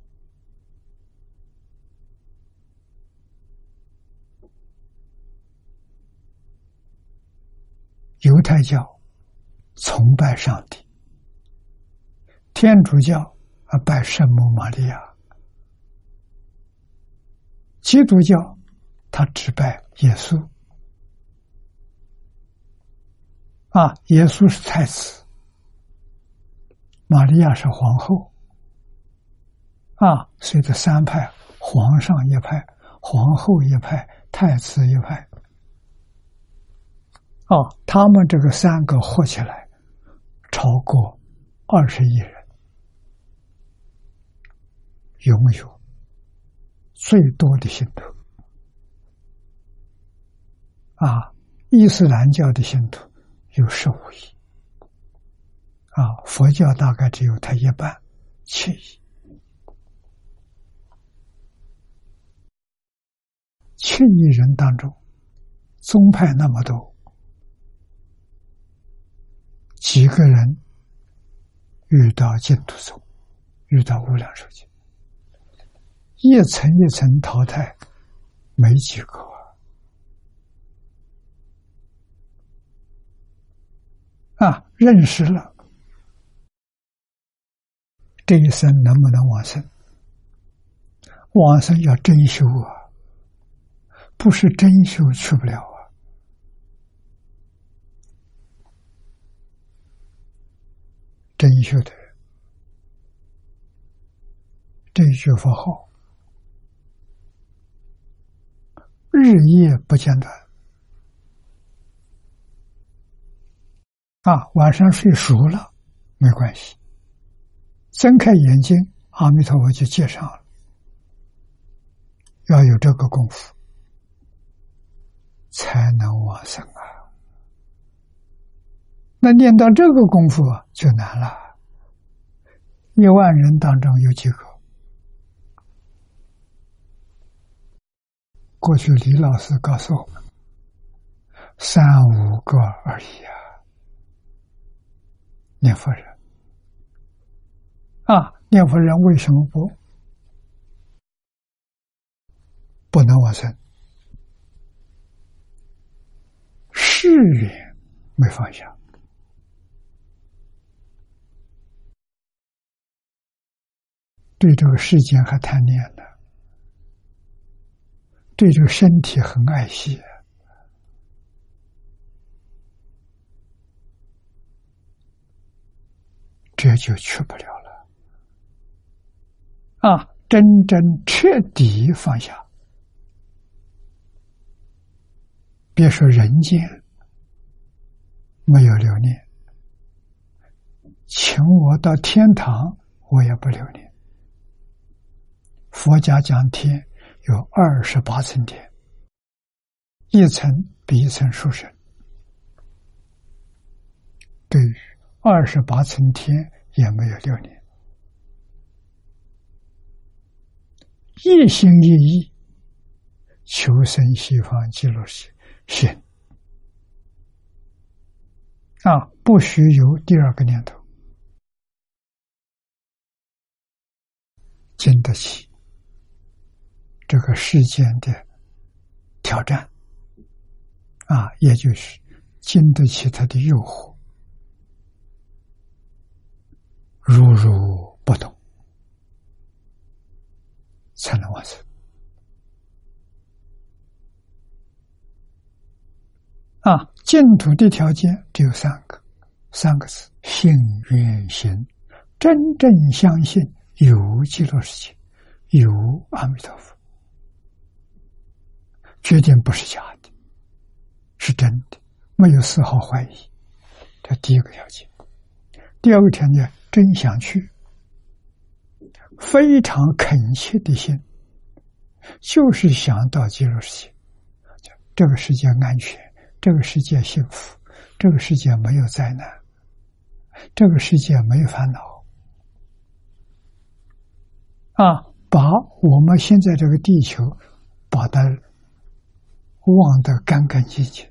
犹太教崇拜上帝，天主教拜圣母玛利亚，基督教他只拜耶稣。耶稣是太子，玛利亚是皇后。所以这三派，皇上一派，皇后一派，太子一派。他们这个三个合起来超过20亿人，拥有最多的信徒。伊斯兰教的信徒有15亿，佛教大概只有它一半，7亿。7亿人当中，宗派那么多，几个人遇到净土宗，遇到无量寿经，一层一层淘汰，没几个。认识了，这一生能不能往生？往生要真修不是真修去不了真修的人，这一句佛号，日夜不间断。晚上睡熟了没关系，睁开眼睛，阿弥陀佛就接上了。要有这个功夫，才能往生那念到这个功夫就难了。1万人当中有几个？过去李老师告诉我们，3、5个而已念佛人念佛人为什么不能往生？誓愿没放下，对这个世间还贪念呢，对这个身体很爱惜，这就去不了了真正彻底放下，别说人间没有留念，请我到天堂我也不留念。佛家讲天有28层天，一层比一层殊胜，对于28层天也没有留念，一心一意求生西方极乐世界行不许有第二个念头，经得起这个世间的挑战也就是经得起它的诱惑，如如不动，才能完成净土的条件只有3个字：信愿行。真正相信有极乐世界，有阿弥陀佛，决决定不是假的，是真的，没有丝毫怀疑。这第一个条件。第二个条件，真想去，非常恳切的心，就是想到极乐世界，这个世界安全，这个世界幸福，这个世界没有灾难，这个世界没有烦恼啊！把我们现在这个地球，把它忘得干干净净，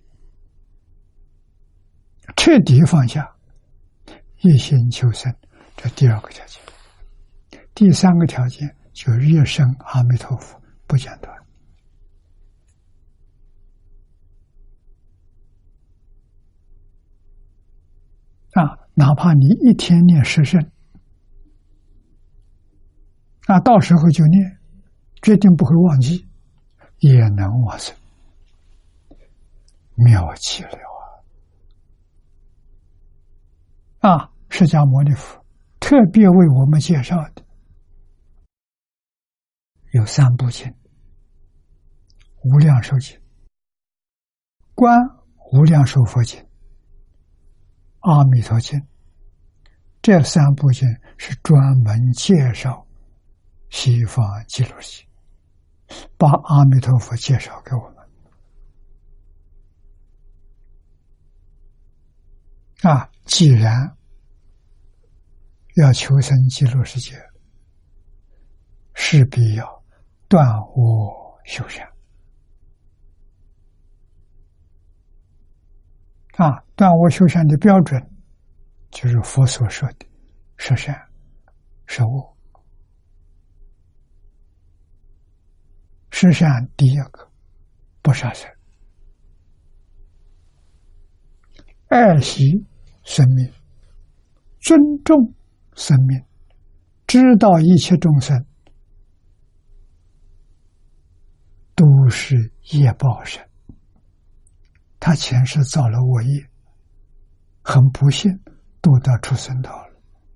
彻底放下，一心求生，这第二个条件。第三个条件就日生阿弥陀佛，不间断啊！哪怕你一天念10声啊，到时候就念，决定不会忘记，也能往生，妙极了啊！释迦牟尼佛特别为我们介绍的有3部经：无量寿经、观无量寿佛经、阿弥陀经。这3部经是专门介绍西方极乐世界，把阿弥陀佛介绍给我们啊！既然要求生极乐世界，势必要断我修善啊！断我修善的标准，就是佛所说的摄善、摄恶。摄善第一个，不杀生，爱惜生命，尊重生命，知道一切众生都是业报身，他前世造了恶业，很不幸堕到畜生道了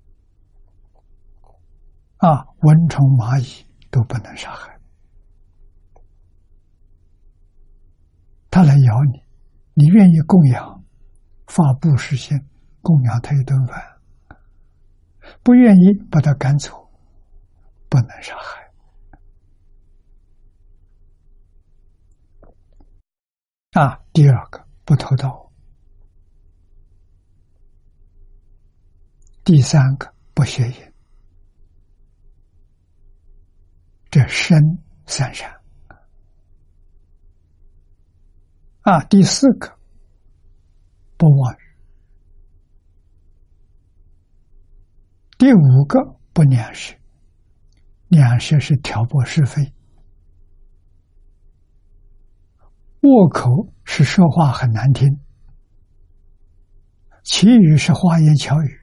啊！蚊虫蚂蚁都不能杀害，他来咬你，你愿意供养，发布施心供养他一顿饭，不愿意把他赶走，不能杀害啊！第二个，不偷盗；第三个，不邪淫。这身三善啊！第四个，不妄语；第五个，不两舌。两舌是挑拨是非，恶口是说话很难听，绮语是花言巧语，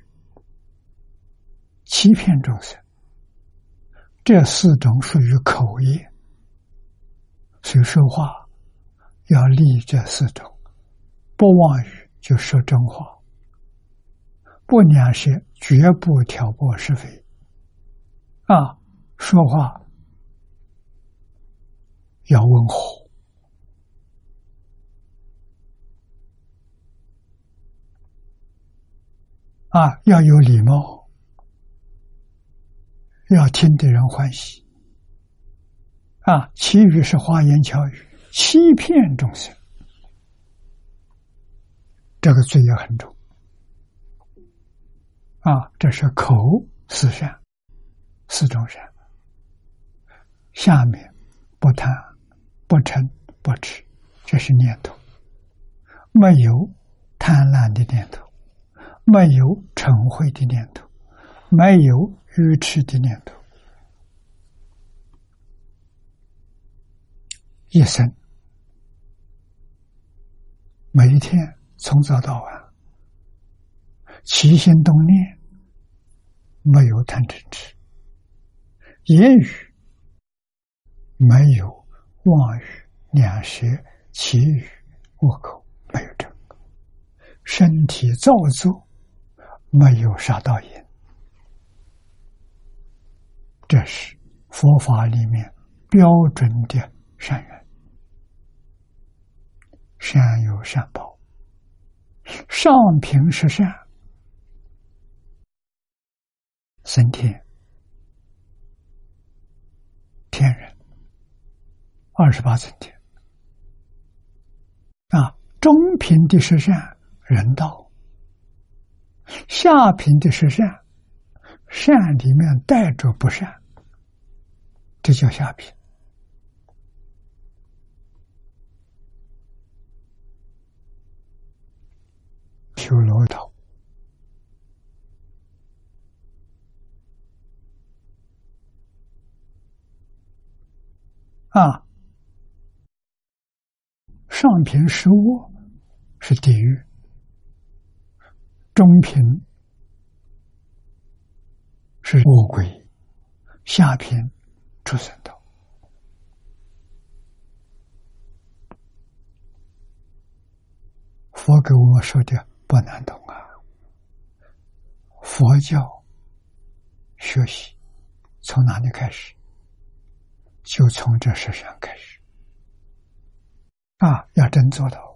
欺骗众生。这4种属于口业，所以说话要立这4种。不妄语就说真话，不两舌绝不挑拨是非啊！说话要温和啊，要有礼貌，要听得人欢喜啊！其余是花言巧语，欺骗众生，这个罪也很重啊！这是口4善，4种善。下面不贪、不嗔、不痴，这是念头，没有贪婪的念头，没有嗔恚的念头，没有愚痴的念头。一生每一天从早到晚，起心动念没有贪嗔痴，言语没有妄语、两舌、绮语、恶口，没有这个。身体造作没有杀盗淫，这是佛法里面标准的善人善有善报，上品是善，升天，天人28层天啊。中品的是善，人道；下品的是善，善里面带着不善，这叫下品。修罗道啊，上品是恶，是地狱；中品是恶鬼，下品畜生道。佛给我们说的不难懂啊！佛教学习从哪里开始？就从这世上开始啊！要真做到，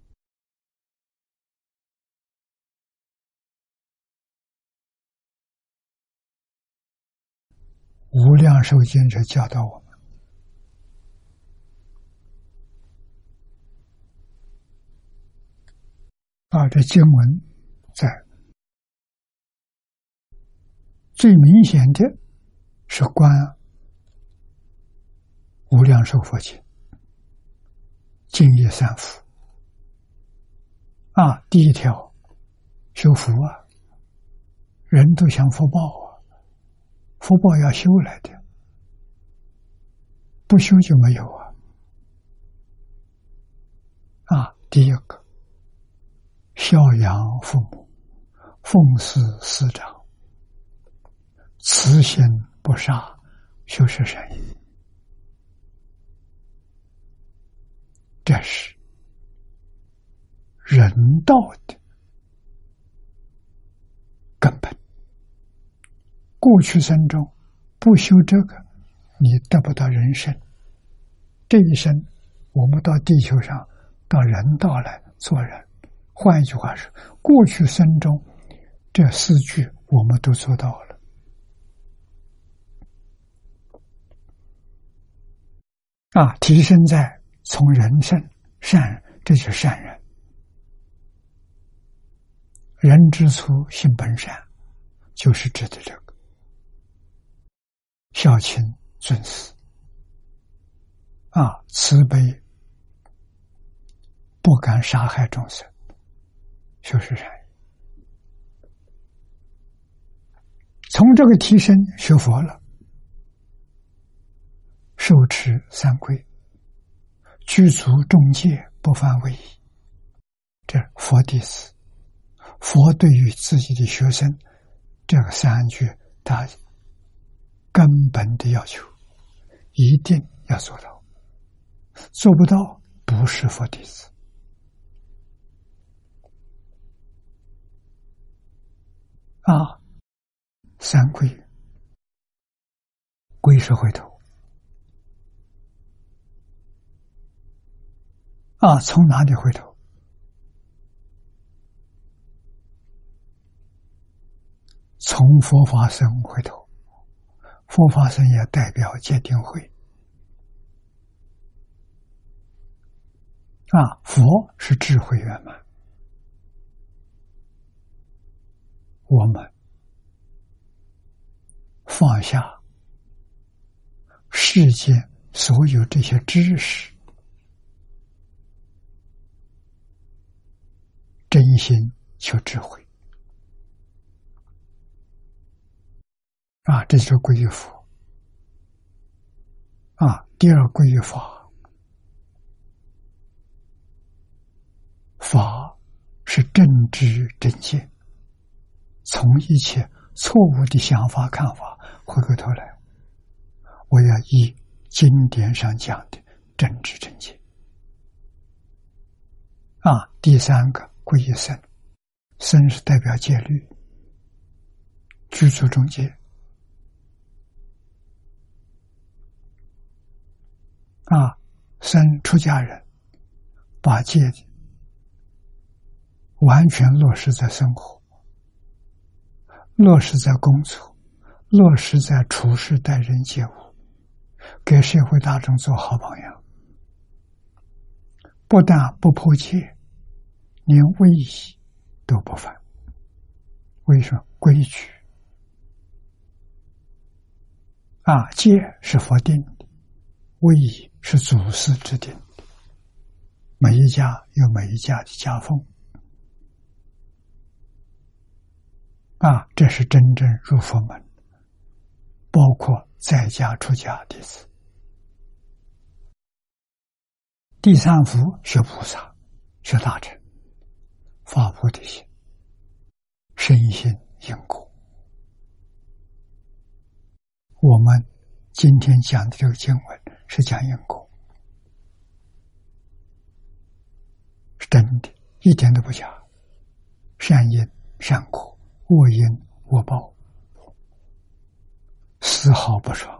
无量寿经是教导我们啊，这经文在最明显的是观无量寿佛经净业三福啊，第一条修福啊，人都想福报啊，福报要修来的，不修就没有啊。啊，第一个孝养父母，奉事师长，慈心不杀，修持善业，这是人道的根本。过去生中不修这个，你得不到人生。这一生我们到地球上，到人道来做人。换一句话说，过去生中这4句我们都做到了啊！提升在从人生善人，这就是善人。人之初性本善，就是指的这个孝亲尊师啊，慈悲，不敢杀害众生，修持善业。从这个提升学佛了，受持三规，具足众戒，不犯违仪。这佛弟子，佛对于自己的学生，这个3句他根本的要求，一定要做到。做不到，不是佛弟子啊。三规，规是回头啊，从哪里回头？从佛法僧回头。佛法僧也代表戒定慧啊，佛是智慧圆满，我们放下世间所有这些知识，真心求智慧啊，这就是皈依佛啊。第二，皈依法，法是正知正见，从一切错误的想法看法回过头来，我要依经典上讲的正知正见啊。第三个皈依僧，僧是代表戒律，居住中戒啊。僧出家人把戒完全落实在生活，落实在工作，落实在处事待人接物，给社会大众做好榜样。不但不破戒，连威仪都不犯。为什么？规矩戒是佛定的，威仪是祖师制定的，每一家有每一家的家风这是真正入佛门，包括在家出家弟子。第三福学菩萨，学大乘，发菩提心，深信因果。我们今天讲的这个经文是讲因果，是真的，一点都不假。善因善果，恶因恶报，丝毫不爽。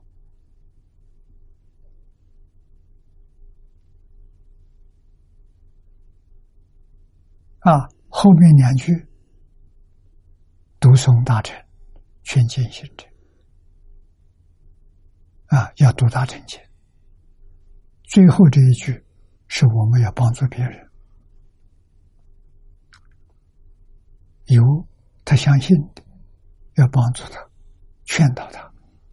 后面两句读诵大乘，劝进行者要读大乘经。最后这一句是我们要帮助别人，有他相信的，要帮助他，劝导他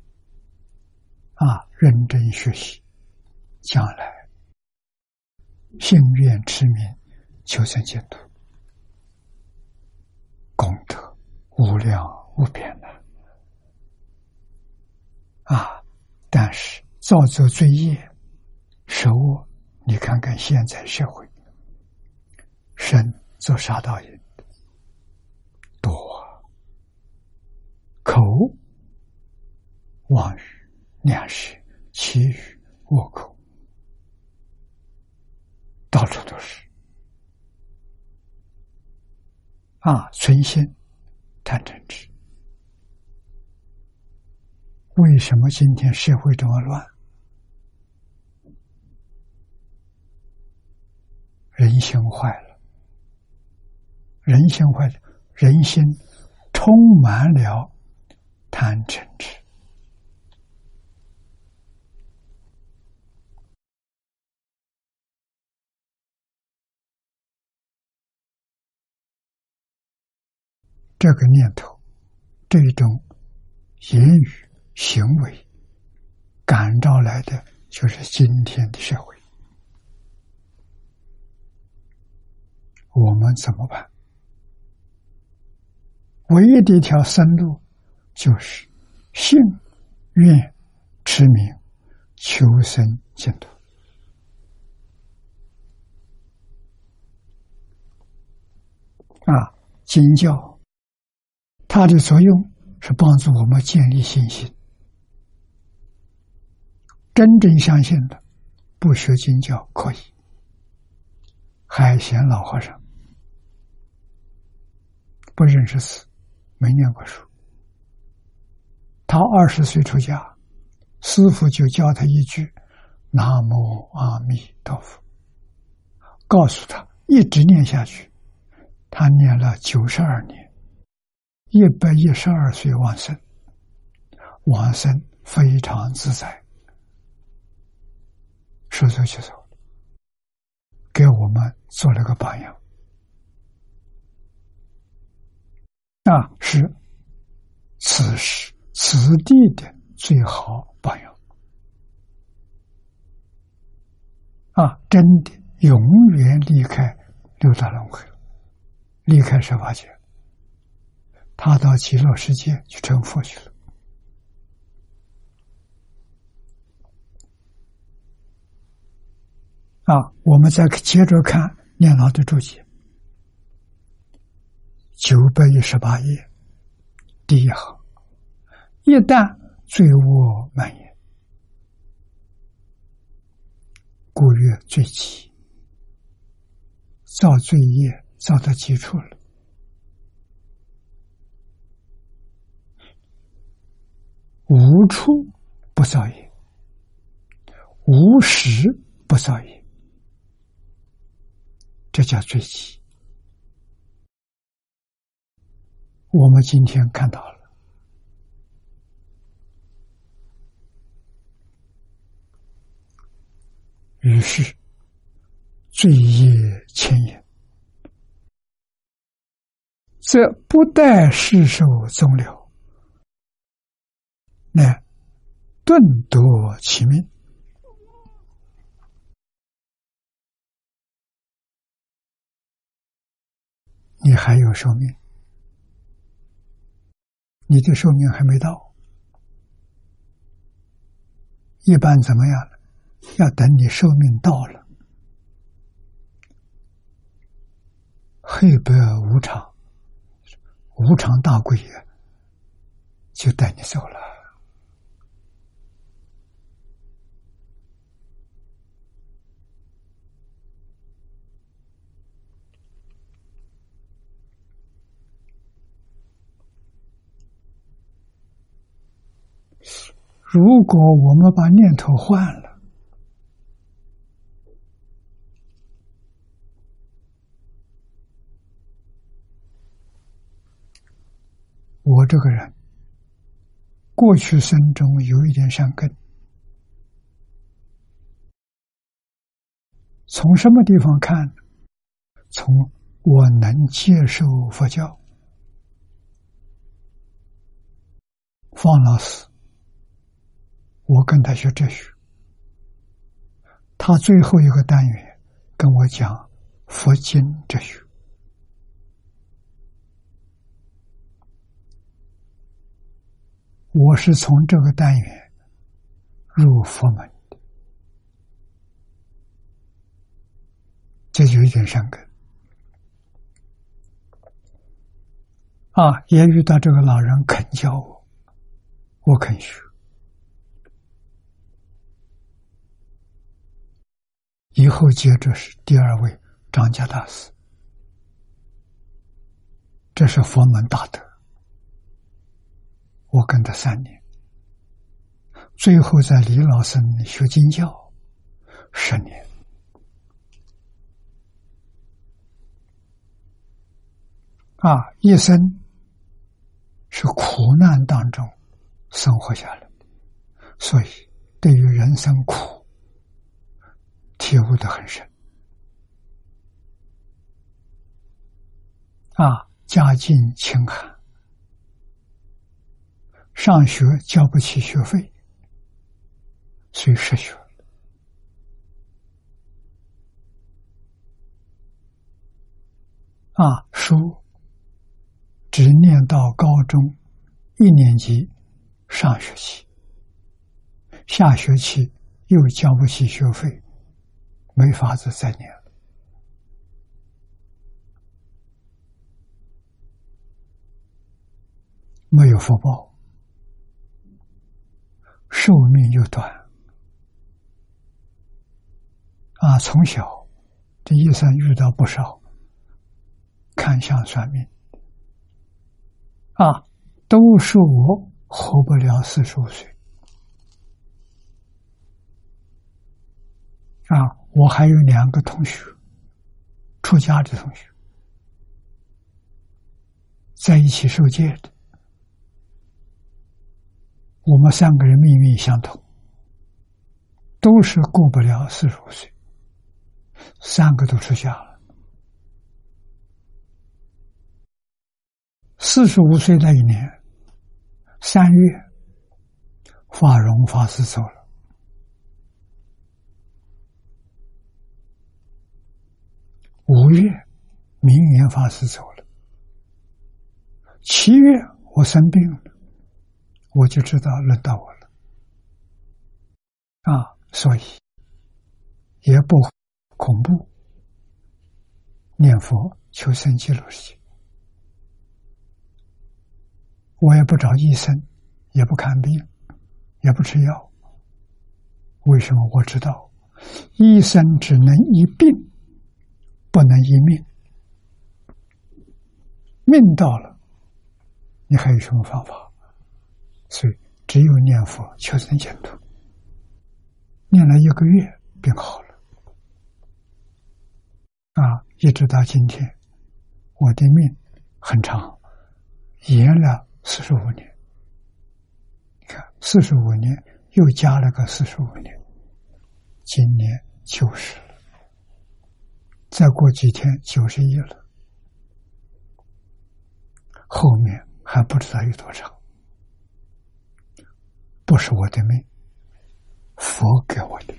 认真学习，将来信愿持名，求生净土，功德无量无边的但是造作罪业手恶，你看看现在社会，身做杀盗淫多，口妄语两舌绮语恶口，到处都是存心贪嗔痴。为什么今天社会这么乱？人心坏了，人心坏了，人心充满了贪嗔痴。这个念头，这种言语行为感召来的，就是今天的社会。我们怎么办？唯一的一条生路，就是信愿持名，求生净土。经教它的作用是帮助我们建立信心。真正相信的，不学经教可以。海贤老和尚不认识字，没念过书，他20岁出家，师父就教他一句南无阿弥陀佛，告诉他一直念下去。他念了92年，112岁往生，往生非常自在，说走就走，给我们做了个榜样。那是此时此地的最好榜样真的永远离开六道轮回了，离开十法界，他到极乐世界去成佛去了。我们再接着看念老的注解，918页第一行，一旦罪恶蔓延，故曰罪极，造罪业造到极处了。无处不造业，无时不造业。 这叫追击。我们今天看到了，于是罪业牵引，则不待世受终了，乃顿夺其命。你还有寿命，你的寿命还没到，一般怎么样呢？要等你寿命到了，黑白无常，无常大贵也，就带你走了。如果我们把念头换了，我这个人过去生中有一点善根，从什么地方看？从我能接受佛教。方老师，我跟他学哲学，他最后一个单元跟我讲佛经哲学，我是从这个单元入佛门的，这就一点善根啊！也遇到这个老人肯教我，我肯学。以后接着是第二位张家大师，这是佛门大德，我跟他3年，最后在李老僧学经教10年。一生是苦难当中生活下来，所以对于人生苦体悟得很深。家境清寒，上学交不起学费，所以失学了。书只念到高中1年级上学期，下学期又交不起学费，没法子再念了。没有福报，寿命又短。从小这一生遇到不少看相算命，都说我活不了45岁。我还有2个同学，出家的同学，在一起受戒的，我们3个人命运相同，都是过不了45岁，3个都出家了。45岁那一年3月，法融法师走了。5月，明远法师走了。7月，我生病了，我就知道轮到我了。所以也不恐怖，念佛求生极乐世界。我也不找医生，也不看病，也不吃药。为什么？我知道医生只能医病，不能医命。命到了，你还有什么方法？所以只有念佛求生净土。念了1个月，病好了。 一直到今天，我的命很长，延了45年。你看，45年又加了个45年，今年90了，再过几天91了，后面还不知道有多长。不是我的命，佛给我的。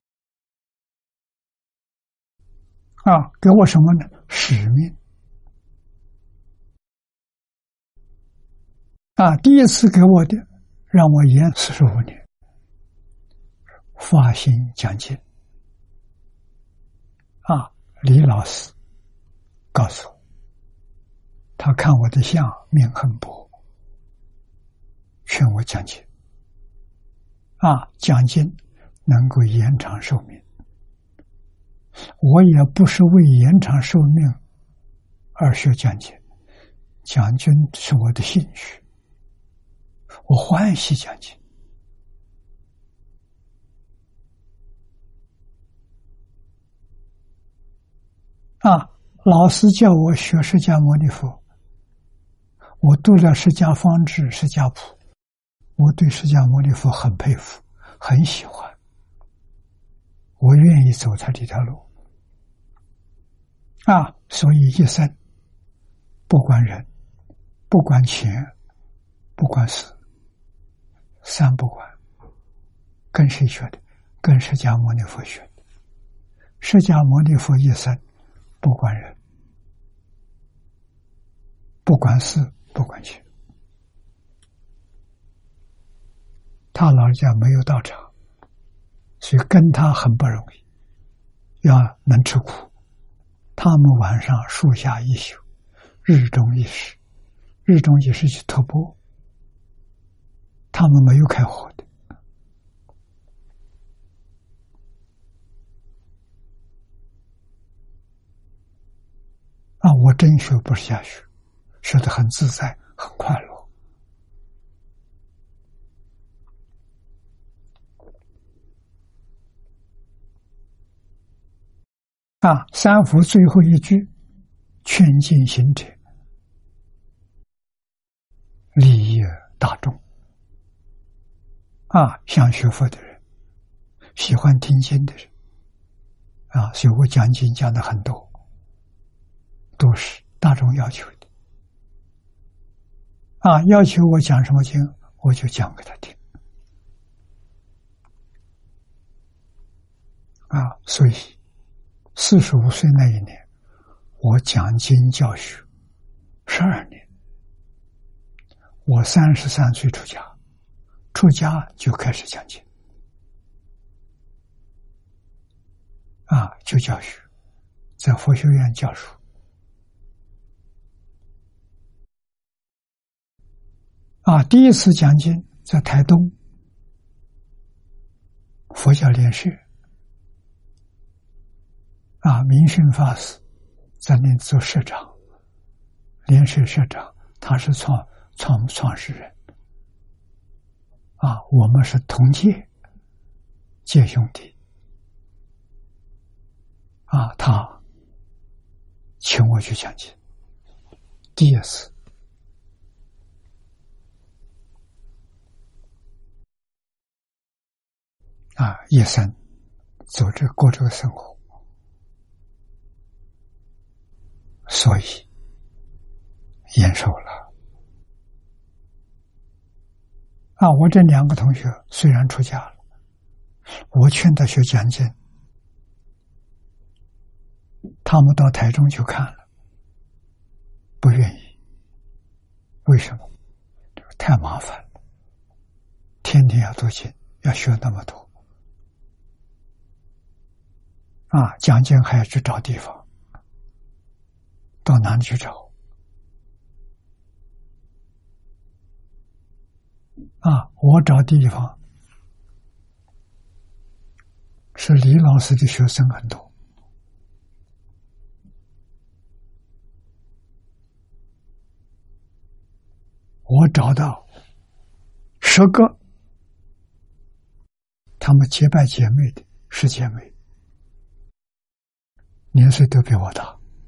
给我什么呢？使命。第一次给我的，让我延45年，发心讲经。李老师告诉我，他看我的相命很薄，劝我讲经。讲经能够延长寿命。我也不是为延长寿命而学讲经，讲经是我的兴趣，我欢喜讲经。老师叫我学释迦牟尼佛，我读了释迦方志、释迦谱，我对释迦牟尼佛很佩服，很喜欢，我愿意走他这条路。所以一生不管人，不管钱，不管事，三不管，跟谁学的？跟释迦牟尼佛学的。释迦牟尼佛一生不管人，不管事，不管钱。他老人家没有道场，所以跟他很不容易，要能吃苦。他们晚上树下一宿，日中一时，日中一时去托钵，他们没有开火的。我真学不是瞎学，学得很自在，很快乐。三福最后一句，劝进行者，利益大众。想学佛的人，喜欢听经的人，所以我讲经讲的很多，都是大众要求的。要求我讲什么经，我就讲给他听。所以45岁那一年，我讲经教学12年。我33岁出家，出家就开始讲经，就教学，在佛学院教书。第一次讲经在台东佛教联社，明训法师在那做社长，联社社长，他是创始人。我们是同届兄弟。他请我去讲经，第一次。一生过这个生活，所以延寿了。我这2个同学虽然出家了，我劝他学讲经，他们到台中去看了，不愿意。为什么？太麻烦了，天天要读经，要学那么多。讲经还要去找地方，到哪里去找？我找地方是李老师的学生很多，我找到10个，他们结拜姐妹的，是姐妹，年岁都比我大。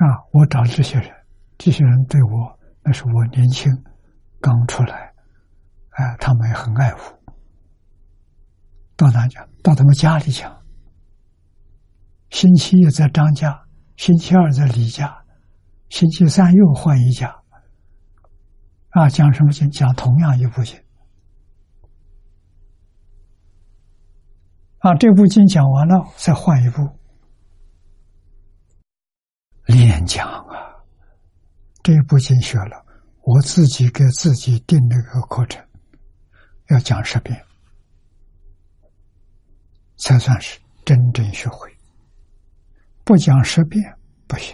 我找这些人，这些人对我，那是我年轻刚出来，他们也很爱护。到哪讲？到他们家里讲。星期一在张家，星期二在李家，星期三又换一家。讲什么经？讲同样一部经。这部经讲完了，再换一部。连讲这部经学了，我自己给自己定了个课程，要讲10遍，才算是真正学会。不讲10遍不行。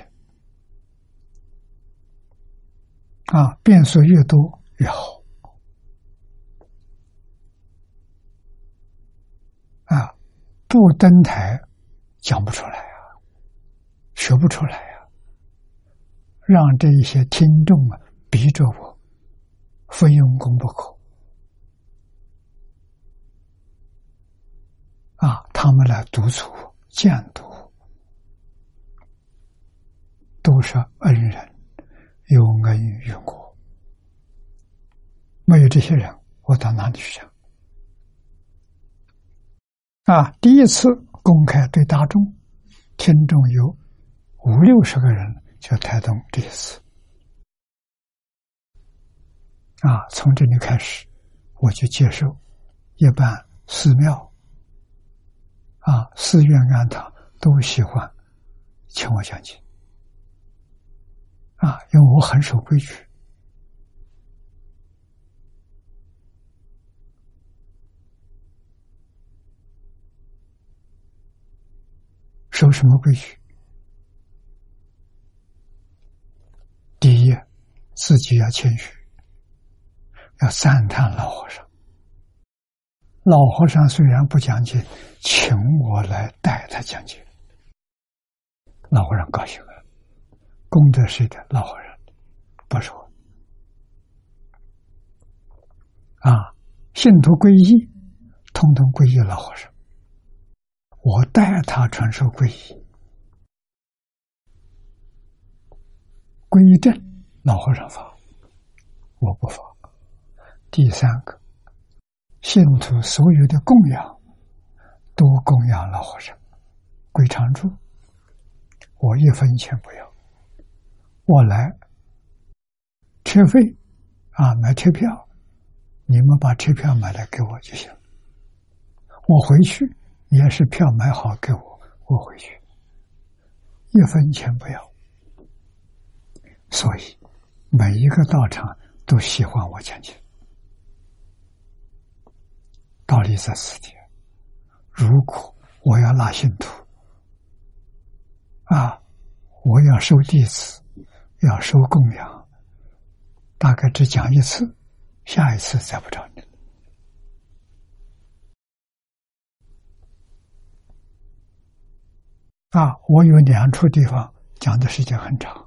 遍数越多越好。不登台讲不出来学不出来让这一些听众逼着我非用功不可。他们来督促我、监督我，都是恩人，有恩于我。没有这些人，我到哪里去讲？第一次公开对大众，听众有50-60个人，就台东这一次。从这里开始，我就接受一般寺庙、寺院庵堂都喜欢请我讲经。因为我很守规矩。守什么规矩？第一，自己要谦虚，要赞叹老和尚。老和尚虽然不讲经，请我来带他讲经，老和尚高兴了。功德谁的？老和尚，不是我。信徒皈依，统统皈依老和尚。我带他传授皈依，皈依正，老和尚发，我不发。第三个，信徒所有的供养都供养老和尚，归常住，我1分钱不要。我来车费买车票，你们把车票买来给我就行。我回去也是票买好给我，我回去1分钱不要。所以每一个道场都喜欢我讲经。道理在此地。如果我要拉信徒我要收弟子，要收供养，大概只讲1次，下一次再不找你。我有2处地方讲的时间很长。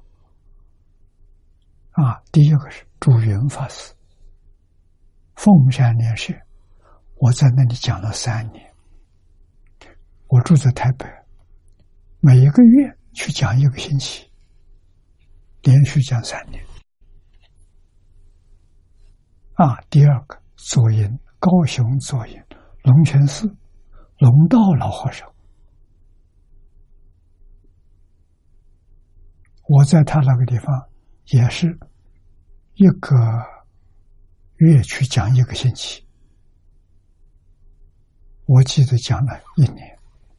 第一个是祝云法师，凤山莲社，我在那里讲了3年。我住在台北，每一个月去讲1个星期，连续讲3年。第二个左营，高雄左营龙泉寺龙道老和尚，我在他那个地方也是1个月去讲1个星期，我记得讲了1年。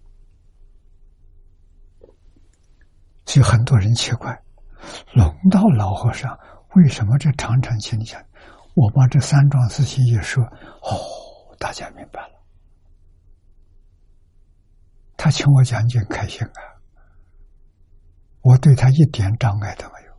所以很多人奇怪，龙道老和尚为什么这常常请你讲？我把这3桩事情一说，大家明白了。他请我讲经开心我对他一点障碍都没有。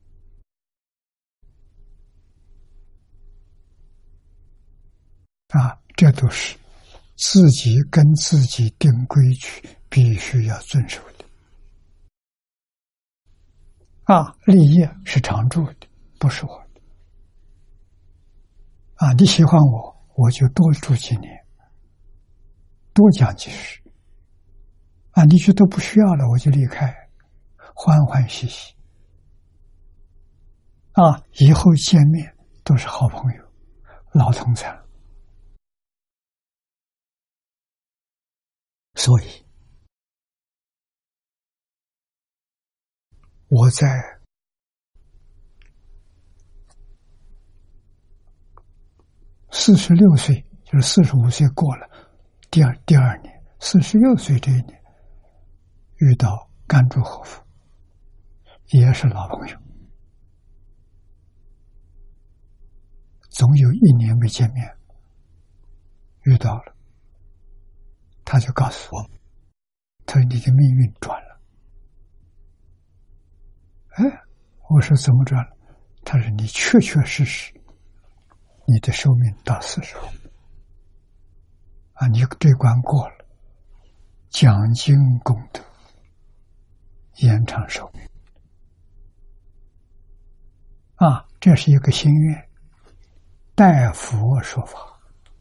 这都是自己跟自己定规矩，必须要遵守的。立业是常住的，不是我的。你喜欢我，我就多住几年，多讲几时。你觉得不需要了，我就离开， 欢欢喜喜。以后见面都是好朋友，老同参。所以我在46岁，就是45岁过了，第二年，46岁这一年，遇到甘珠和夫，也是老朋友，总有1年没见面，遇到了，他就告诉我，他说你的命运转了。我说怎么转了？他说你确确实实，你的寿命到40后，你这关过了，讲经功德，延长寿命。这是一个心愿，代佛说法，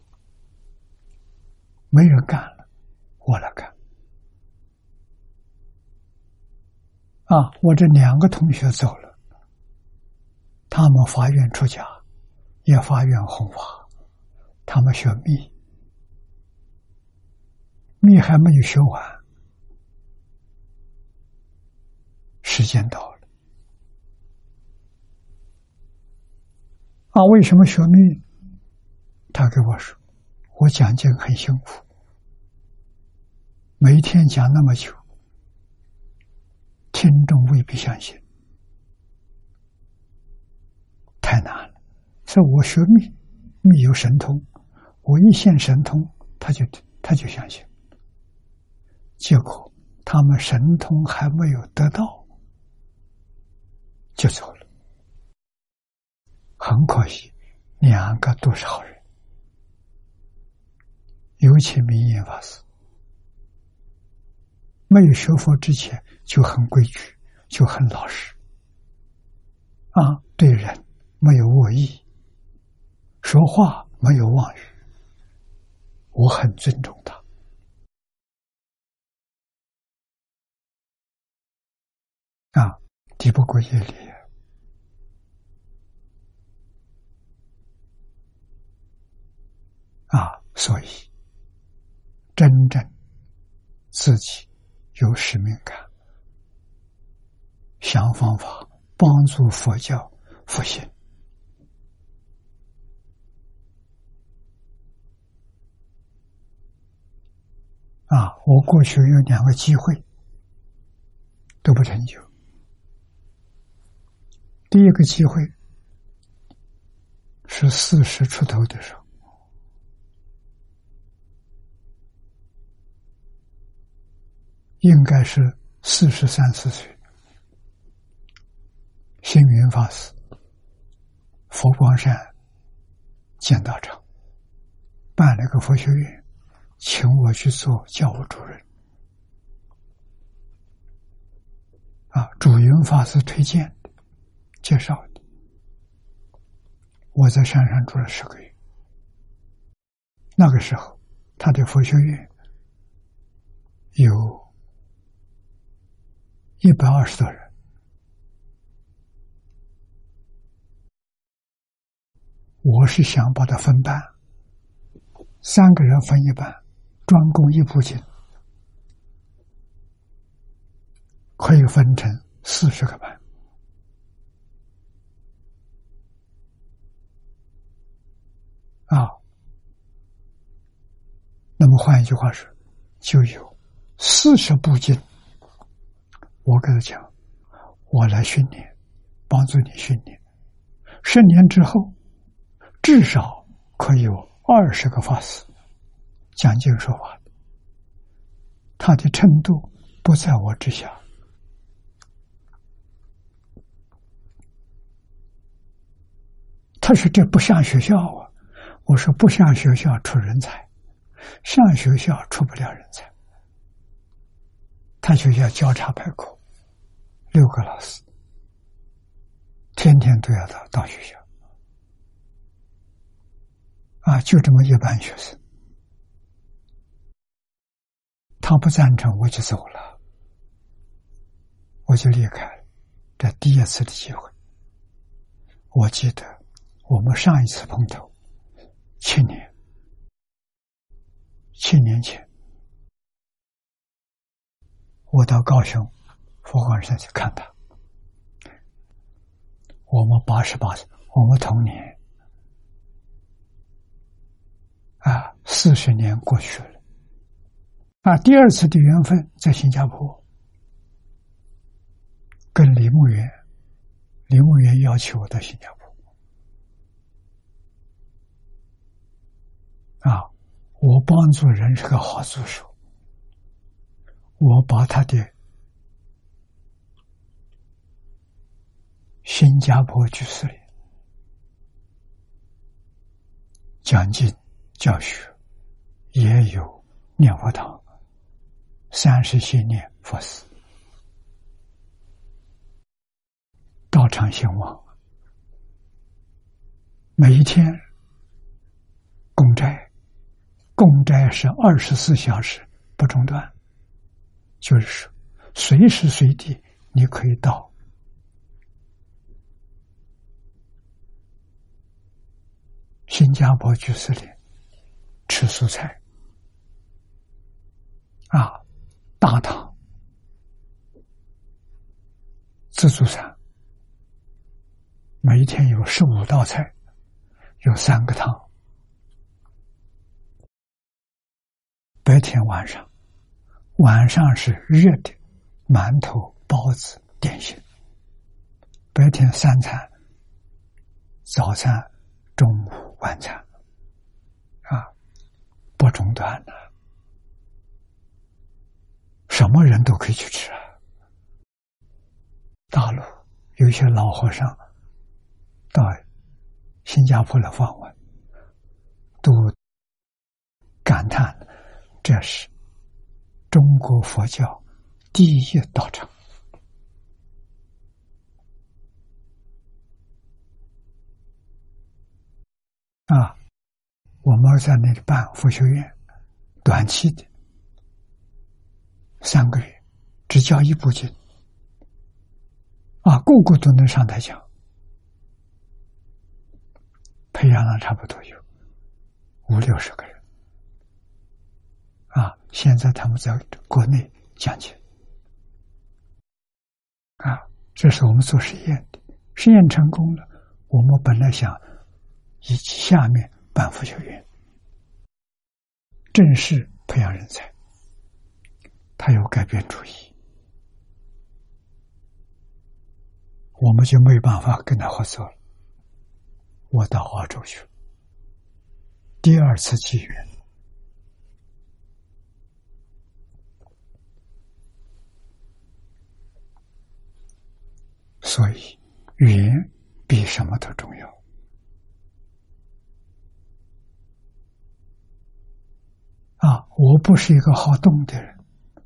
没人干了，我来干。我这2个同学走了，他们发愿出家，也发愿弘法，他们学密，密还没有学完，时间到了。为什么学密？他给我说，我讲经很辛苦，每天讲那么久，听众未必相信，太难了。所以我学密，密有神通，我一现神通，他就相信。结果他们神通还没有得到，就走了。很可惜，2个都是好人，尤其明眼法师，没有学佛之前就很规矩，就很老实，对人没有恶意，说话没有妄语，我很尊重他。敌不过业力。所以真正自己有使命感，想方法帮助佛教复兴。我过去有2个机会都不成就。第一个机会是40出头的时候，应该是43、4岁，星云法师佛光山建道场办了个佛学院，请我去做教务主任。主云法师推荐的，介绍的。我在山上住了10个月。那个时候，他的佛学院有120多人，我是想把它分班，3个人分一班，专攻一部经，可以分成40个班。那么换一句话说，就有40部经，我跟他讲，我来训练，帮助你训练，10年之后，至少可以有20个法师讲经说法的，他的程度不在我之下。他说这不像学校啊，我说不像学校出人才，上学校出不了人才。他学校交叉排课，6个老师，天天都要到学校，就这么一班学生。他不赞成，我就走了。 我就离开了。这第一次的机会，我记得我们上一次碰头7年前，我到高雄佛光山去看他。我们88岁，我们同年40年过去了。第二次的缘分在新加坡，跟李牧原要求我到新加坡。我帮助人是个好助手，我把他的新加坡居士里讲经教学，也有念佛堂30些年佛寺，道场兴旺，每一天供斋是24小时不中断，就是说随时随地你可以到新加坡居士里吃蔬菜大堂自助餐，每一天有15道菜，有3个汤。白天晚上是热的馒头、包子、点心。白天3餐，早餐、中午、晚餐不中断的，什么人都可以去吃大陆有一些老和尚到新加坡来访问，都感叹这是中国佛教第一道场我们在那里办佛学院，短期的3个月，只教1部经个个都能上台讲，培养了差不多有50-60个人现在他们在国内讲解这是我们做实验的，实验成功了，我们本来想以下面办佛学院，正式培养人才，他有改变主意，我们就没办法跟他合作了。我到澳洲去，第2次机缘，所以缘比什么都重要我不是一个好动的人，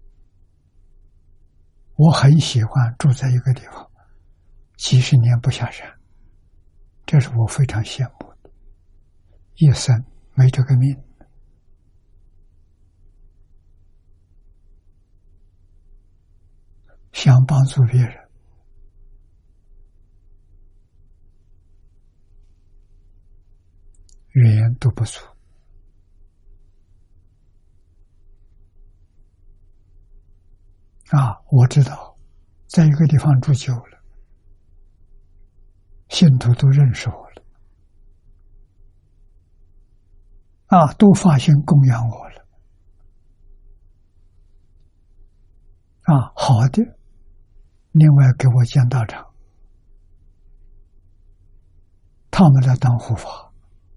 我很喜欢住在一个地方几十年不下山，这是我非常羡慕的，一生没这个命。想帮助别人，语言都不足我知道在一个地方住久了，信徒都认识我了都发心供养我了好的，另外给我建道场，他们来当护法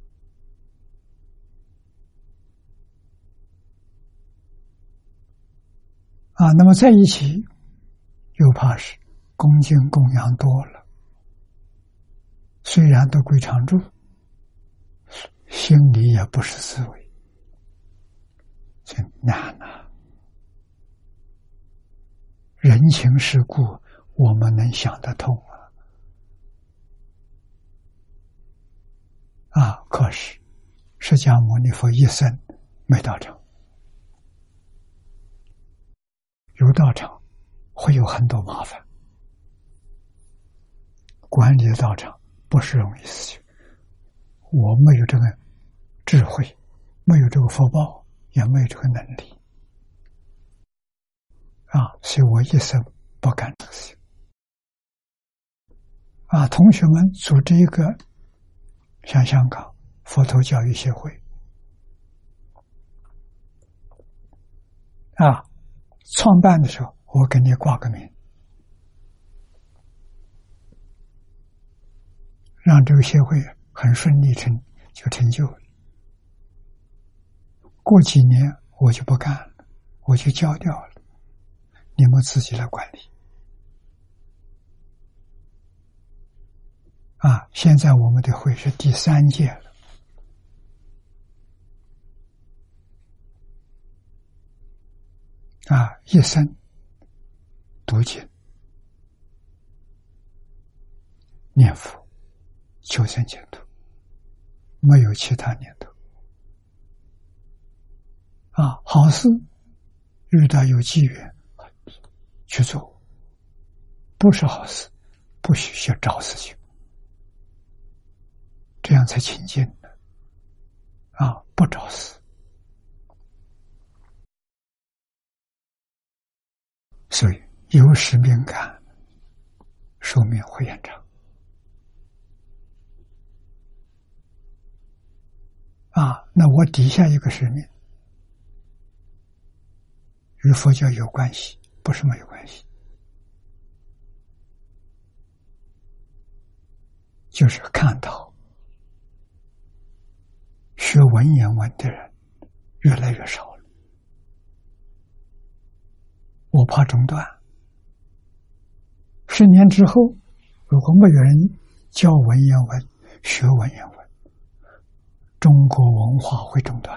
那么在一起又怕是恭敬供养多了，虽然都归常住，心里也不是滋味，这难人情世故我们能想得通可是释迦牟尼佛一生没道场，有道场会有很多麻烦管理的道场不是容易事情。我没有这个智慧，没有这个福报，也没有这个能力所以我一生不干这个事情同学们组织一个像香港佛陀教育协会创办的时候，我给你挂个名，让这个协会很顺利就成就了。过几年我就不干了，我就交掉了，你们自己来管理。现在我们的会是第3届了。一生读经、念佛、求生净土，没有其他念头。好事遇到有机缘去做，不是好事不许去找事情，这样才清净的不找事。所以有使命感，寿命会延长那我底下一个使命与佛教有关系，不是没有关系，就是看到学文言文的人越来越少了，我怕中断。10年之后，如果没有人教文言文、学文言文，中国文化会中断。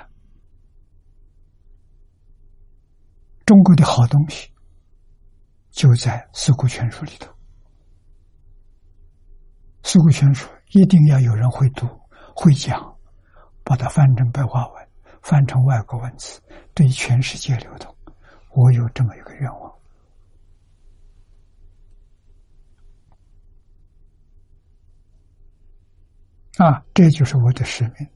中国的好东西就在《四库全书》里头，《四库全书》一定要有人会读、会讲，把它翻成白话文，翻成外国文字，对全世界流通。我有这么一个愿望这就是我的使命。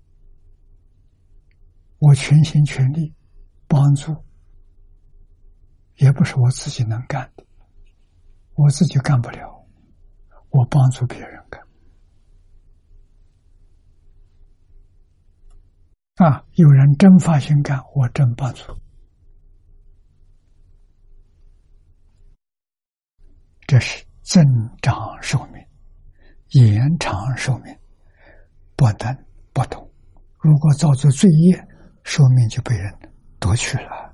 我全心全力帮助，也不是我自己能干的，我自己干不了，我帮助别人干有人真发心干，我真帮助。这是增长寿命、延长寿命，不能不懂。如果造作罪业，寿命就被人夺去了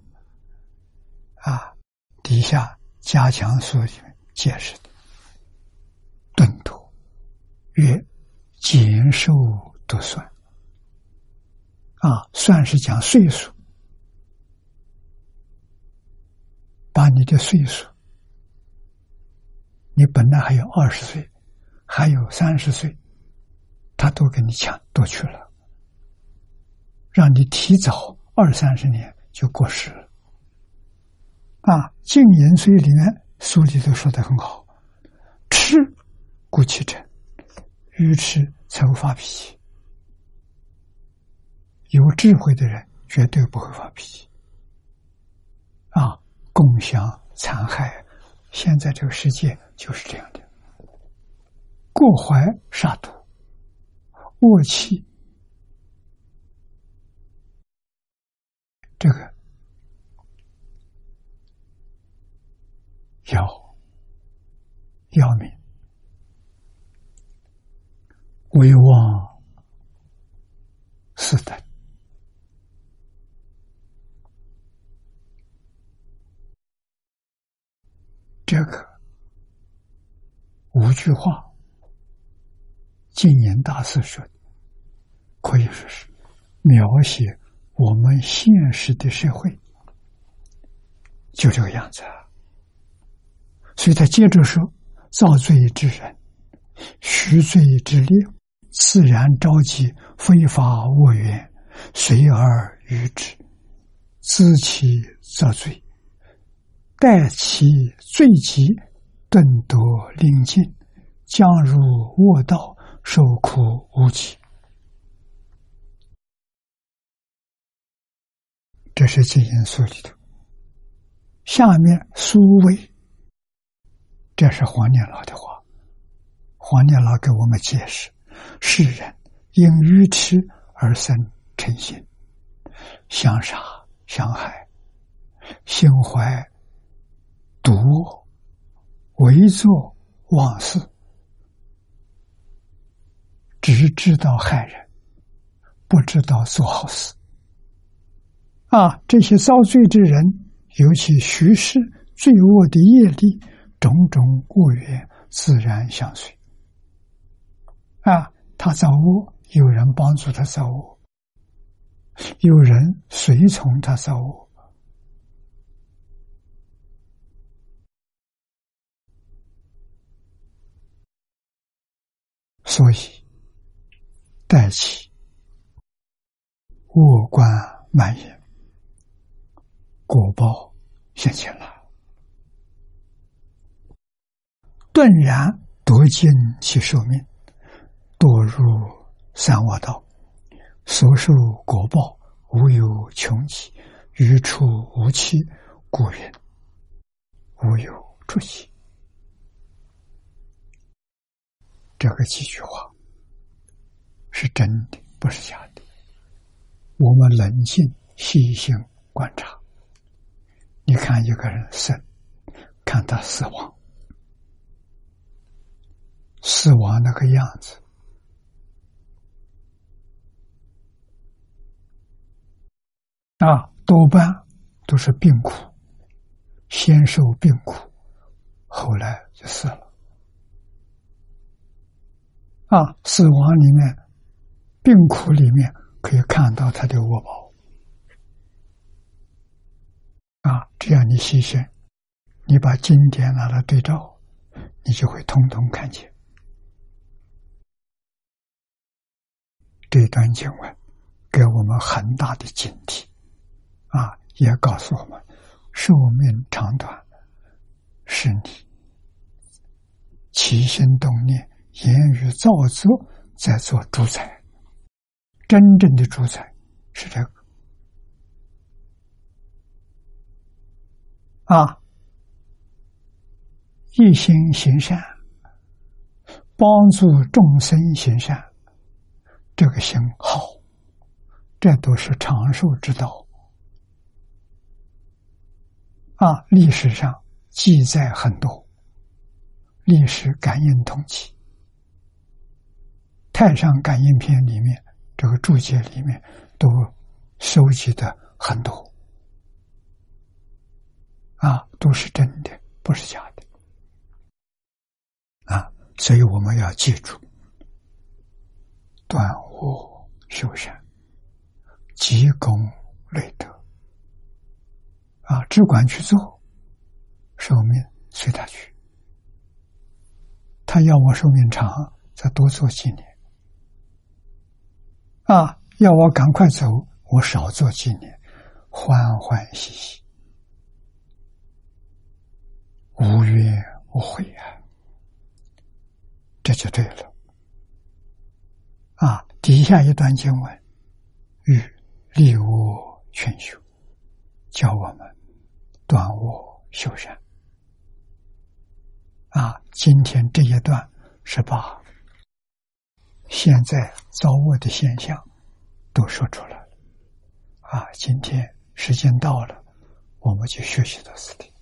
底下加强书里面解释的顿陀曰减寿多算算是讲岁数，把你的岁数，你本来还有20岁，还有30岁，他都给你夺去了，让你提早20-30年就过世了净言税里面书里头说得很好，痴故其诚，愚痴才会发脾气。有智慧的人绝对不会发脾气共享残害，现在这个世界就是这样的，过怀杀毒，恶气，这个要命，唯望四等。这个5句话，净言大师说的，可以说是描写我们现实的社会，就这个样子所以他接着说，造罪之人，虚罪之力，自然召集非法恶缘，随而与之，知其造罪，待其罪极，顿夺临尽， 将入恶道，受苦无极。这是经因素里头。下面苏谓，这是黄念老的话。黄念老给我们解释：世人因愚痴而生嗔心，相杀相害，心怀毒恶，为作妄事，只知道害人，不知道做好事。这些遭罪之人，尤其许是罪恶的业力，种种恶缘自然相随。他造恶，有人帮助他造恶，有人随从他造恶。所以带起恶观蔓延，果报现前了。顿然夺尽其寿命，堕入三恶道，所受果报无有穷极，余处无期，故云无有出期。这个几句话是真的，不是假的。我们冷静细心观察，你看一个人生，看他死亡，死亡那个样子，多半都是病苦，先受病苦，后来就死了。死亡里面，病苦里面可以看到他的恶报。这样你细心，你把经典拿来对照，你就会通通看见。这段经文给我们很大的警惕，也告诉我们，寿命长短是你起心动念、言语造作在做主宰，真正的主宰是这个。一心行善，帮助众生行善，这个心好，这都是长寿之道。历史上记载很多，历史感应统计，太上感应篇里面这个注解里面都收集的很多，都是真的，不是假的。所以我们要记住，断恶修善，积功累德，只管去做，寿命随他去。他要我寿命长，再多做几年；要我赶快走，我少做几年，欢欢喜喜，无怨无悔这就对了。底下一段经文，欲利恶劝修，教我们断恶修善。今天这一段是把现在造恶的现象都说出来了。今天时间到了，我们就学习到此地。